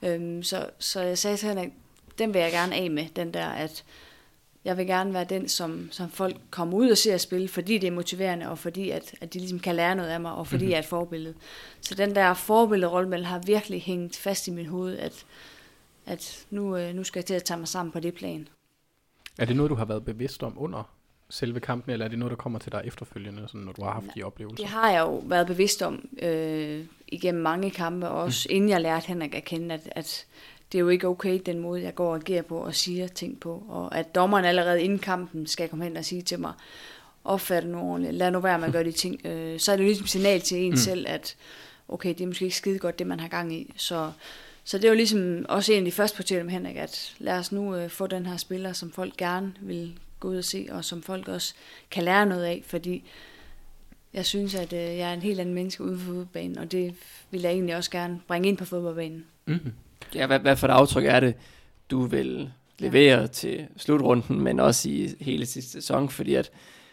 Så jeg sagde til hende, at den vil jeg gerne af med, den der, at jeg vil gerne være den, som folk kommer ud og ser at spille, fordi det er motiverende, og fordi at de ligesom kan lære noget af mig, og fordi jeg er et forbillede. Så den der forbillederolle har virkelig hængt fast i mit hoved, at nu skal jeg til at tage mig sammen på det plan. Er det noget, du har været bevidst om under selve kampen, eller er det noget, der kommer til dig efterfølgende, sådan, når du har haft de oplevelser? Det har jeg jo været bevidst om igennem mange kampe, også inden jeg lærte Henrik at kende, at det er jo ikke okay, den måde, jeg går og agerer på og siger ting på, og at dommeren allerede inden kampen skal komme hen og sige til mig, opfatte nu ordentligt, lad nu være med at gøre de ting, så er det jo ligesom signal til en selv, at okay, det er måske ikke skide godt, det man har gang i, så det er jo ligesom også en af de første portrætter med Henrik, at lad os nu få den her spiller, som folk gerne vil gå ud og se, og som folk også kan lære noget af, fordi jeg synes, at jeg er en helt anden menneske ude på fodboldbanen, og det vil jeg egentlig også gerne bringe ind på fodboldbanen. Mm-hmm. Ja, hvad for et aftryk er det, du vil levere til slutrunden, men også i hele sidste sæson, fordi at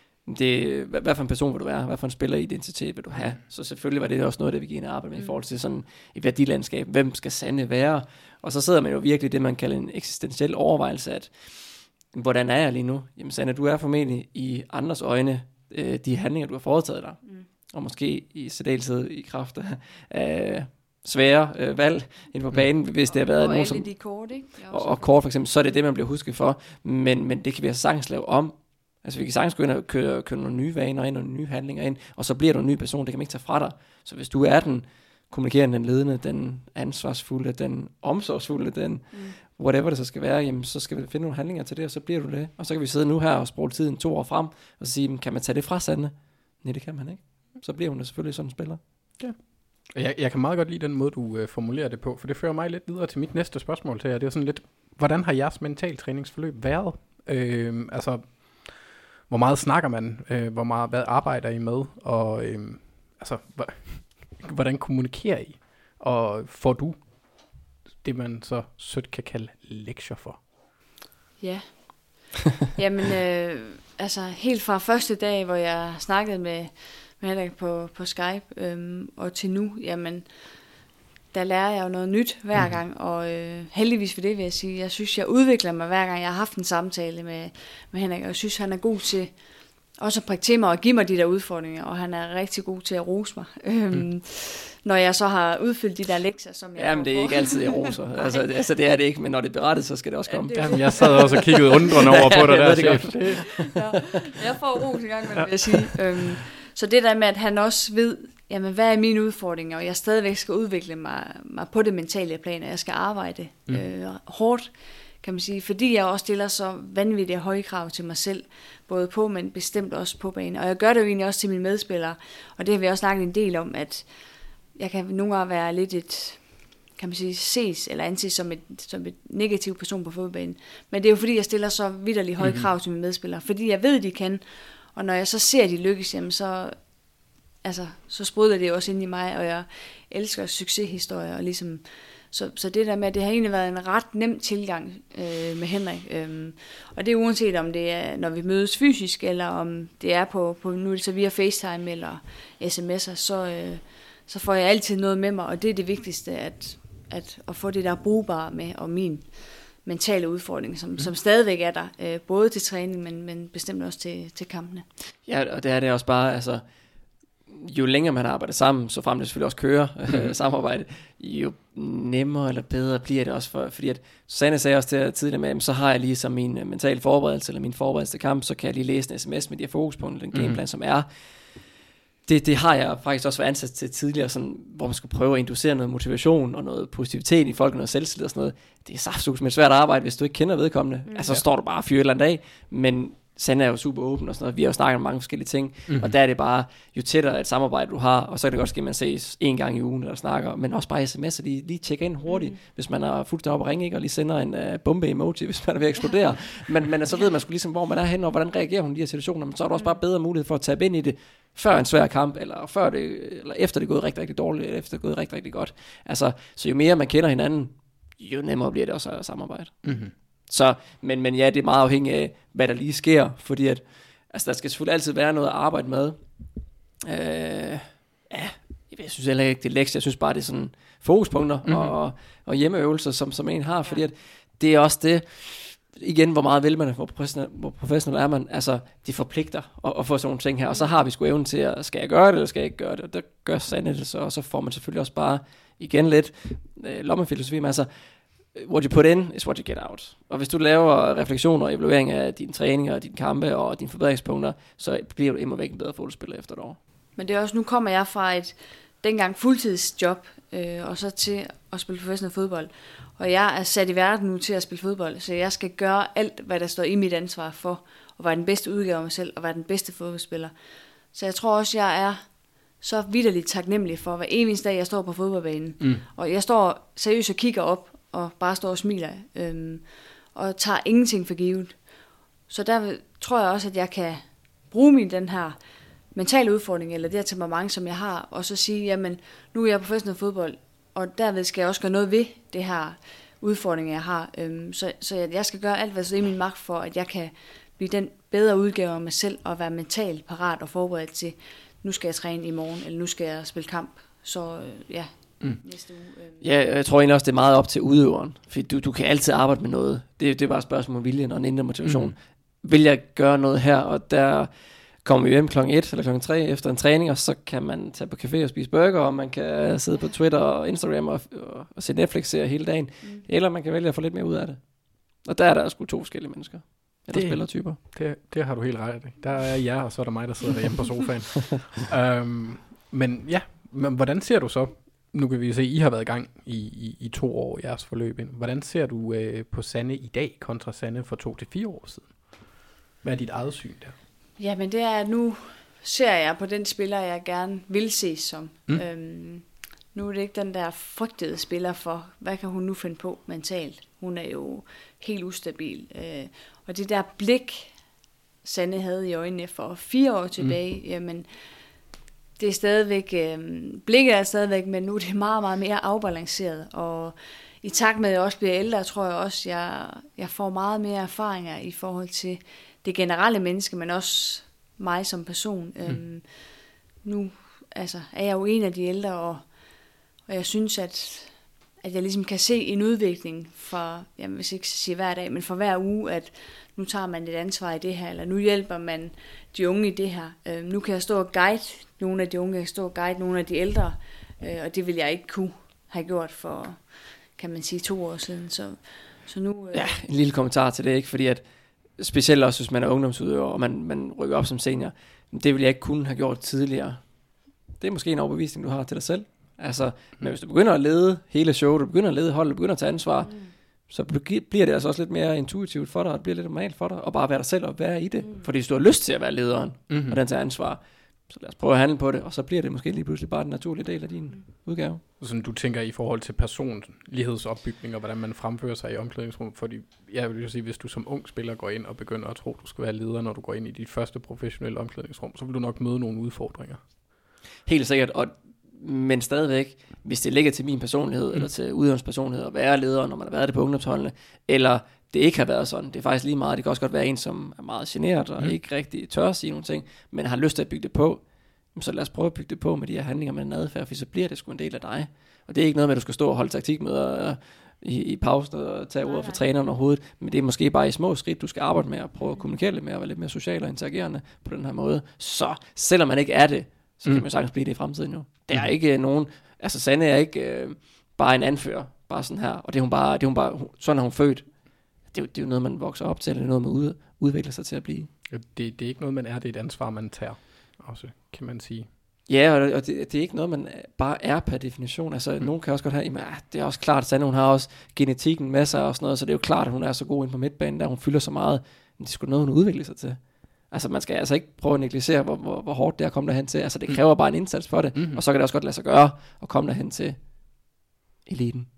hvad for en person vil du være, hvad for en spilleridentitet vil du have, så selvfølgelig var det også noget, der vi gik ind og arbejde med i forhold til sådan et værdilandskab, hvem skal Sanne være, og så sidder man jo virkelig det, man kalder en eksistentiel overvejelse, at hvordan er jeg lige nu? Jamen Sanne, du er formentlig i andres øjne de handlinger, du har foretaget dig, og måske i særdeleshed i kraft af svære valg ind på banen, hvis det har været nogen som... de kort, ikke? Og kort for eksempel, så er det det, man bliver husket for, men det kan vi sagtens lave om. Altså vi kan sagtens gå ind og køre nogle nye vaner ind, og nogle nye handlinger ind, og så bliver du en ny person, det kan man ikke tage fra dig. Så hvis du er den kommunikerende, den ledende, den ansvarsfulde, den omsorgsfulde, den whatever det så skal være, jamen så skal vi finde nogle handlinger til det, og så bliver du det. Og så kan vi sidde nu her og spole tiden 2 år frem, og sige, kan man tage det fra Sanne? Nej, det kan man ikke. Så bliver hun da selvfølgelig sådan en spiller. Ja. Jeg kan meget godt lide den måde, du formulerer det på, for det fører mig lidt videre til mit næste spørgsmål til jer. Det er sådan lidt, hvordan har jeres mentaltræningsforløb været? Altså, hvor meget snakker man? Hvad arbejder I med? Og altså, hvordan kommunikerer I? Og får du det, man så sødt kan kalde lektier for? Ja. Jamen, altså helt fra første dag, hvor jeg snakkede med Henrik på Skype, og til nu, jamen, der lærer jeg jo noget nyt hver gang, og heldigvis for det vil jeg sige, jeg synes, jeg udvikler mig hver gang, jeg har haft en samtale med Henrik, og jeg synes, han er god til også at prikke til mig og give mig de der udfordringer, og han er rigtig god til at rose mig. Når jeg så har udfyldt de der lektier, som jeg... Jamen, det er ikke altid, jeg roser. altså, det er det ikke, men når det er berettet, så skal det også komme. Jamen, jeg sad også og kiggede undrende over på dig der, chef. Jeg får ros i gang med det, vil jeg sige. Så det der med, at han også ved, jamen, hvad er mine udfordringer, og jeg stadigvæk skal udvikle mig på det mentale plan, og jeg skal arbejde hårdt, kan man sige, fordi jeg også stiller så vanvittigt høje krav til mig selv, både på, men bestemt også på banen. Og jeg gør det jo egentlig også til mine medspillere, og det har vi også snakket en del om, at jeg kan nogle gange være lidt et, kan man sige, ses eller anses som et negativ person på fodboldbanen. Men det er jo fordi, jeg stiller så vitterligt høje krav til mine medspillere, fordi jeg ved, de kan, og når jeg så ser, de lykkes, jamen så sprudler det også ind i mig, og jeg elsker succeshistorier, og ligesom, så det der med, at det har egentlig været en ret nem tilgang med Henrik, og det er uanset om det er, når vi mødes fysisk, eller om det er på nu er det så via FaceTime, eller sms'er, så får jeg altid noget med mig, og det er det vigtigste, at få det der brugbare med, og min mentale udfordring, som stadigvæk er der, både til træning, men bestemt også til kampene. Ja, og det er det også bare, altså, jo længere man arbejder sammen, så frem det selvfølgelig også kører samarbejde, jo nemmere eller bedre bliver det også, fordi at Susanne sagde også tidligere med, så har jeg lige som min mentale forberedelse, eller min forberedelse til kamp, så kan jeg lige læse en sms med de her fokuspunkter, den gameplan, som er. Det har jeg faktisk også været ansat til tidligere, sådan, hvor man skulle prøve at inducere noget motivation og noget positivitet i folk, og noget selvtillid og sådan noget. Det er saftsus med svært arbejde, hvis du ikke kender vedkommende. Altså, så står du bare og fyrer et eller andet af, men Sande er jo super åben og sådan noget. Vi har jo snakket om mange forskellige ting, og der er det bare, jo tættere et samarbejde du har, og så kan det godt ske, at man ses en gang i ugen eller snakker, men også bare sms'er, lige tjekke ind hurtigt, hvis man er fuldstændig op og ringe, ikke, og lige sender en bombe-emoji, hvis man er ved at eksplodere. men så ved man sgu ligesom, hvor man er henne, og hvordan reagerer hun i de her situationer, men så er der også bare bedre mulighed for at tabe ind i det, før en svær kamp, eller efter det er gået rigtig, rigtig dårligt, eller efter det er gået rigtig, rigtig godt. Altså, så jo mere man kender hinanden, jo nemmere bliver det også at samarbejde. Så, men ja, det er meget afhængigt af, hvad der lige sker, fordi at, altså, der skal selvfølgelig altid være noget at arbejde med. Jeg synes heller ikke, det er lektier, jeg synes bare, det er sådan fokuspunkter og hjemmeøvelser, som en har, fordi at det er også det, igen, hvor meget vil man, hvor professionel er man, altså, de forpligter at få sådan nogle ting her, og så har vi sgu evnen til at, skal jeg gøre det, eller skal jeg ikke gøre det, og der gør Sanne det så, og så får man selvfølgelig også bare, igen lidt, lommefilosofi, men altså, what you put in is what you get out. Og hvis du laver refleksioner og evaluering af dine træninger, dine kampe og dine forbedringspunkter, så bliver du immer væk en bedre fodboldspiller efter et år. Men det er også, nu kommer jeg fra et dengang fuldtidsjob, og så til at spille professionel fodbold. Og jeg er sat i verden nu til at spille fodbold, så jeg skal gøre alt, hvad der står i mit ansvar for at være den bedste udgave af mig selv, og være den bedste fodboldspiller. Så jeg tror også, jeg er så vitterligt taknemmelig for hver eneste dag, jeg står på fodboldbanen. Og jeg står seriøst og kigger op, og bare står og smiler, og tager ingenting for givet. Så der tror jeg også, at jeg kan bruge den her mentale udfordring, eller det her temperament, som jeg har, og så sige, jamen, nu er jeg professionel fodbold, og derved skal jeg også gøre noget ved det her udfordring, jeg har. Så jeg skal gøre alt, hvad der er i min magt for, at jeg kan blive den bedre udgave af mig selv, og være mentalt parat og forberedt til, nu skal jeg træne i morgen, eller nu skal jeg spille kamp. Så næste uge. Ja, jeg tror egentlig også, det er meget op til udøveren, for du kan altid arbejde med noget. Det er bare et spørgsmål om viljen og en indre motivation. Vil jeg gøre noget her, og der kommer vi hjem klokken 1 eller klokken 3 efter en træning, og så kan man tage på café og spise burger, og man kan sidde på Twitter og Instagram og se Netflix-serier hele dagen, eller man kan vælge at få lidt mere ud af det. Og der er der sgu 2 forskellige mennesker, eller spillertyper. Det har du helt ret i. Der er jeg, og så er der mig, der sidder derhjemme på sofaen. Men hvordan ser du så, nu kan vi se, I har været i gang i 2 år i jeres forløb. Hvordan ser du på Sanne i dag kontra Sanne for 2 til 4 år siden? Hvad er dit eget syn der? Jamen det er, at nu ser jeg på den spiller, jeg gerne vil ses som. Nu er det ikke den der frygtede spiller for, hvad kan hun nu finde på mentalt? Hun er jo helt ustabil. Og det der blik, Sanne havde i øjnene for 4 år tilbage, jamen det er stadigvæk, blikket er stadigvæk, men nu er det meget, meget mere afbalanceret. Og i takt med, at jeg også bliver ældre, tror jeg også, jeg får meget mere erfaringer i forhold til det generelle menneske, men også mig som person. Nu er jeg jo en af de ældre, og jeg synes, at jeg ligesom kan se en udvikling for, jeg vil ikke sige hver dag, men for hver uge, at nu tager man et ansvar i det her, eller nu hjælper man de unge i det her. Nu kan jeg stå og guide nogle af de unge, jeg kan stå og guide nogle af de ældre, og det vil jeg ikke kunne have gjort for, kan man sige, 2 år siden. Så nu... Ja, en lille kommentar til det, ikke? Fordi at specielt også, hvis man er ungdomsudøver, og man rykker op som senior, det vil jeg ikke kunne have gjort tidligere. Det er måske en overbevisning, du har til dig selv. Altså, men hvis du begynder at lede hele showet, du begynder at lede holdet, du begynder at tage ansvar, så bliver det altså også lidt mere intuitivt for dig, og det bliver lidt normalt for dig, og bare være dig selv og være i det. Fordi hvis du har lyst til at være lederen, og den tager ansvar, så lad os prøve at handle på det, og så bliver det måske lige pludselig bare den naturlige del af din udgave. Sådan du tænker i forhold til personlighedsopbygning, og hvordan man fremfører sig i omklædningsrum, fordi jeg vil jo sige, hvis du som ung spiller går ind og begynder at tro, at du skal være leder, når du går ind i dit første professionelle omklædningsrum, så vil du nok møde nogle udfordringer. Helt sikkert, men stadigvæk, hvis det ligger til min personlighed, eller til udøverens personlighed, at være leder, når man har været det på ungdomsholdene, eller det ikke har været sådan, det er faktisk lige meget, det kan også godt være en, som er meget generet, og ikke rigtig tør at sige nogle ting, men har lyst til at bygge det på, så lad os prøve at bygge det på med de her handlinger med den adfærd, for så bliver det sgu en del af dig. Og det er ikke noget med, at du skal stå og holde taktikmøder i pausen og tage ordet for træneren overhovedet, men det er måske bare i små skridt, du skal arbejde med at prøve at kommunikere lidt mere, og være lidt mere social og interagerende på den her måde. Så selvom man ikke er det, så kan man sagtens blive det i fremtiden jo. Der er ikke nogen, altså Sanne er ikke bare en anfører, bare sådan her, og det er hun bare sådan er hun født. Det er jo noget, man vokser op til, eller det er noget, man udvikler sig til at blive. Det er ikke noget, man er, det er et ansvar, man tager også, kan man sige. Ja, og det er ikke noget, man bare er per definition. Altså, nogen kan også godt have, jamen, det er også klart, at Sanne, hun har også genetikken med sig og sådan noget, så det er jo klart, at hun er så god inde på midtbanen, der hun fylder så meget. men det skulle noget, hun udvikle sig til. Altså man skal altså ikke prøve at negligere, hvor hårdt det er at komme derhen til. Altså det kræver bare en indsats for det, og så kan det også godt lade sig gøre at komme derhen til eliten.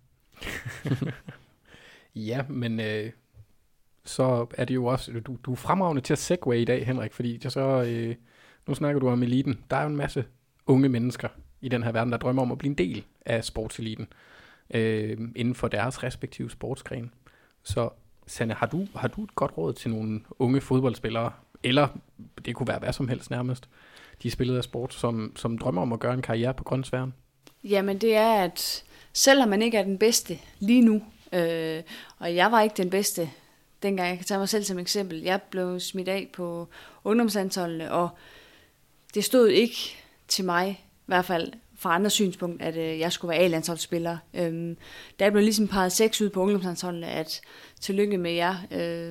Ja, men så er det jo også, du er fremragende til at segway i dag, Henrik, fordi nu snakker du om eliten. Der er jo en masse unge mennesker i den her verden, der drømmer om at blive en del af sportseliten inden for deres respektive sportsgren. Så Sanne, har du et godt råd til nogle unge fodboldspillere, eller det kunne være hvad som helst nærmest, de spillede af sport, som drømmer om at gøre en karriere på grønsværen? Jamen det er, at selvom man ikke er den bedste lige nu, og jeg var ikke den bedste dengang, jeg kan tage mig selv som eksempel, jeg blev smidt af på ungdomslandsholdene, og det stod ikke til mig, i hvert fald fra andre synspunkt, at jeg skulle være A-landsholdsspiller. Der blev ligesom peget 6 ud på ungdomslandsholdene, at tillykke med jer,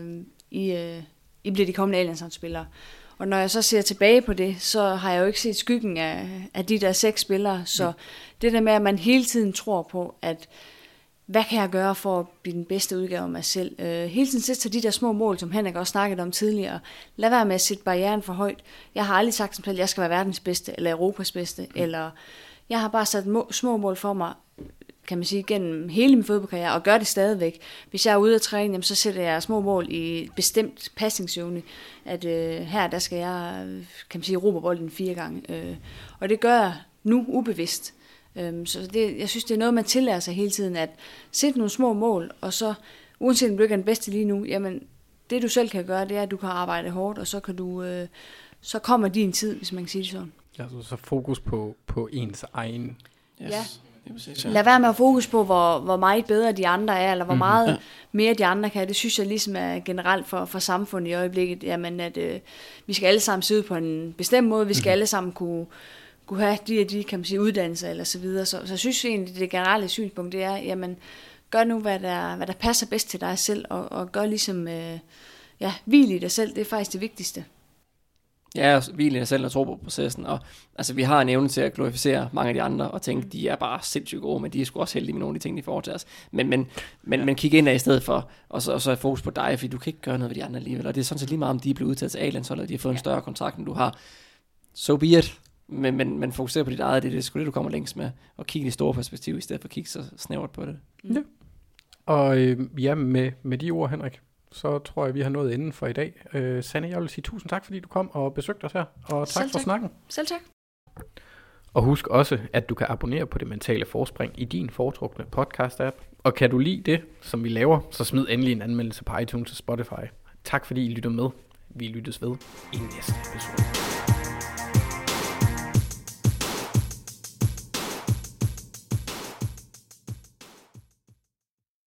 I bliver de kommende A-landsholdsspillere. Og når jeg så ser tilbage på det, så har jeg jo ikke set skyggen af de der 6 spillere, så det der med, at man hele tiden tror på, at hvad kan jeg gøre for at blive den bedste udgave af mig selv? Hele tiden sætte de der små mål, som Henrik også snakkede om tidligere. Lad være med at sætte barrieren for højt. Jeg har aldrig sagt som selv, at jeg skal være verdens bedste, eller Europas bedste, eller jeg har bare sat små mål for mig, kan man sige, gennem hele min fodboldkarriere, og gør det stadigvæk. Hvis jeg er ude at træne, jamen, så sætter jeg små mål i et bestemt passingsøvne, at her, der skal jeg, kan man sige, råbe bolden 4 gange. Og det gør jeg nu ubevidst. Så jeg synes, det er noget, man tillærer sig hele tiden, at sætte nogle små mål, og så, uanset om du ikke er den bedste lige nu, jamen, det du selv kan gøre, det er, at du kan arbejde hårdt, og så kan du, så kommer din tid, hvis man kan sige det sådan. Ja, så fokus på ens egen. Yes. Ja. Præcis, ja. Lad være med at fokus på, hvor meget bedre de andre er, eller hvor meget mere de andre kan. Det synes jeg ligesom er generelt for samfundet i øjeblikket, jamen, at vi skal alle sammen sidde på en bestemt måde, vi skal alle sammen kunne have de kan man sige, uddannelser eller så videre. Så jeg synes egentlig, det generelle synspunkt, det er, jamen, gør nu, hvad der passer bedst til dig selv, og gør ligesom, hvil i dig selv, det er faktisk det vigtigste. Ja, hvil i dig selv og tro på processen, og altså vi har en evne til at glorificere mange af de andre, og tænke, de er bare sindssygt gode, men de er sgu også heldige med nogle af de ting, de får til os. Men kig ind af i stedet for, og så er fokus på dig, fordi du kan ikke gøre noget ved de andre alligevel, og det er sådan set lige meget, om de er blevet udtaget til A-landsholdet, og de har fået en større kontrakt, end du har. So be it. Men fokuser på dit eget, det er sgu det, du kommer længst med, og kigge i det store perspektiv, i stedet for at kigge så snævert på det. Ja. Og med de ord, Henrik, så tror jeg, vi har nået inden for i dag. Sanne, jeg vil sige tusind tak, fordi du kom og besøgte os her, og tak for snakken. Selv tak. Og husk også, at du kan abonnere på Det Mentale Forspring i din foretrukne podcast-app. Og kan du lide det, som vi laver, så smid endelig en anmeldelse på iTunes og Spotify. Tak fordi I lytter med. Vi lyttes ved i næste episode.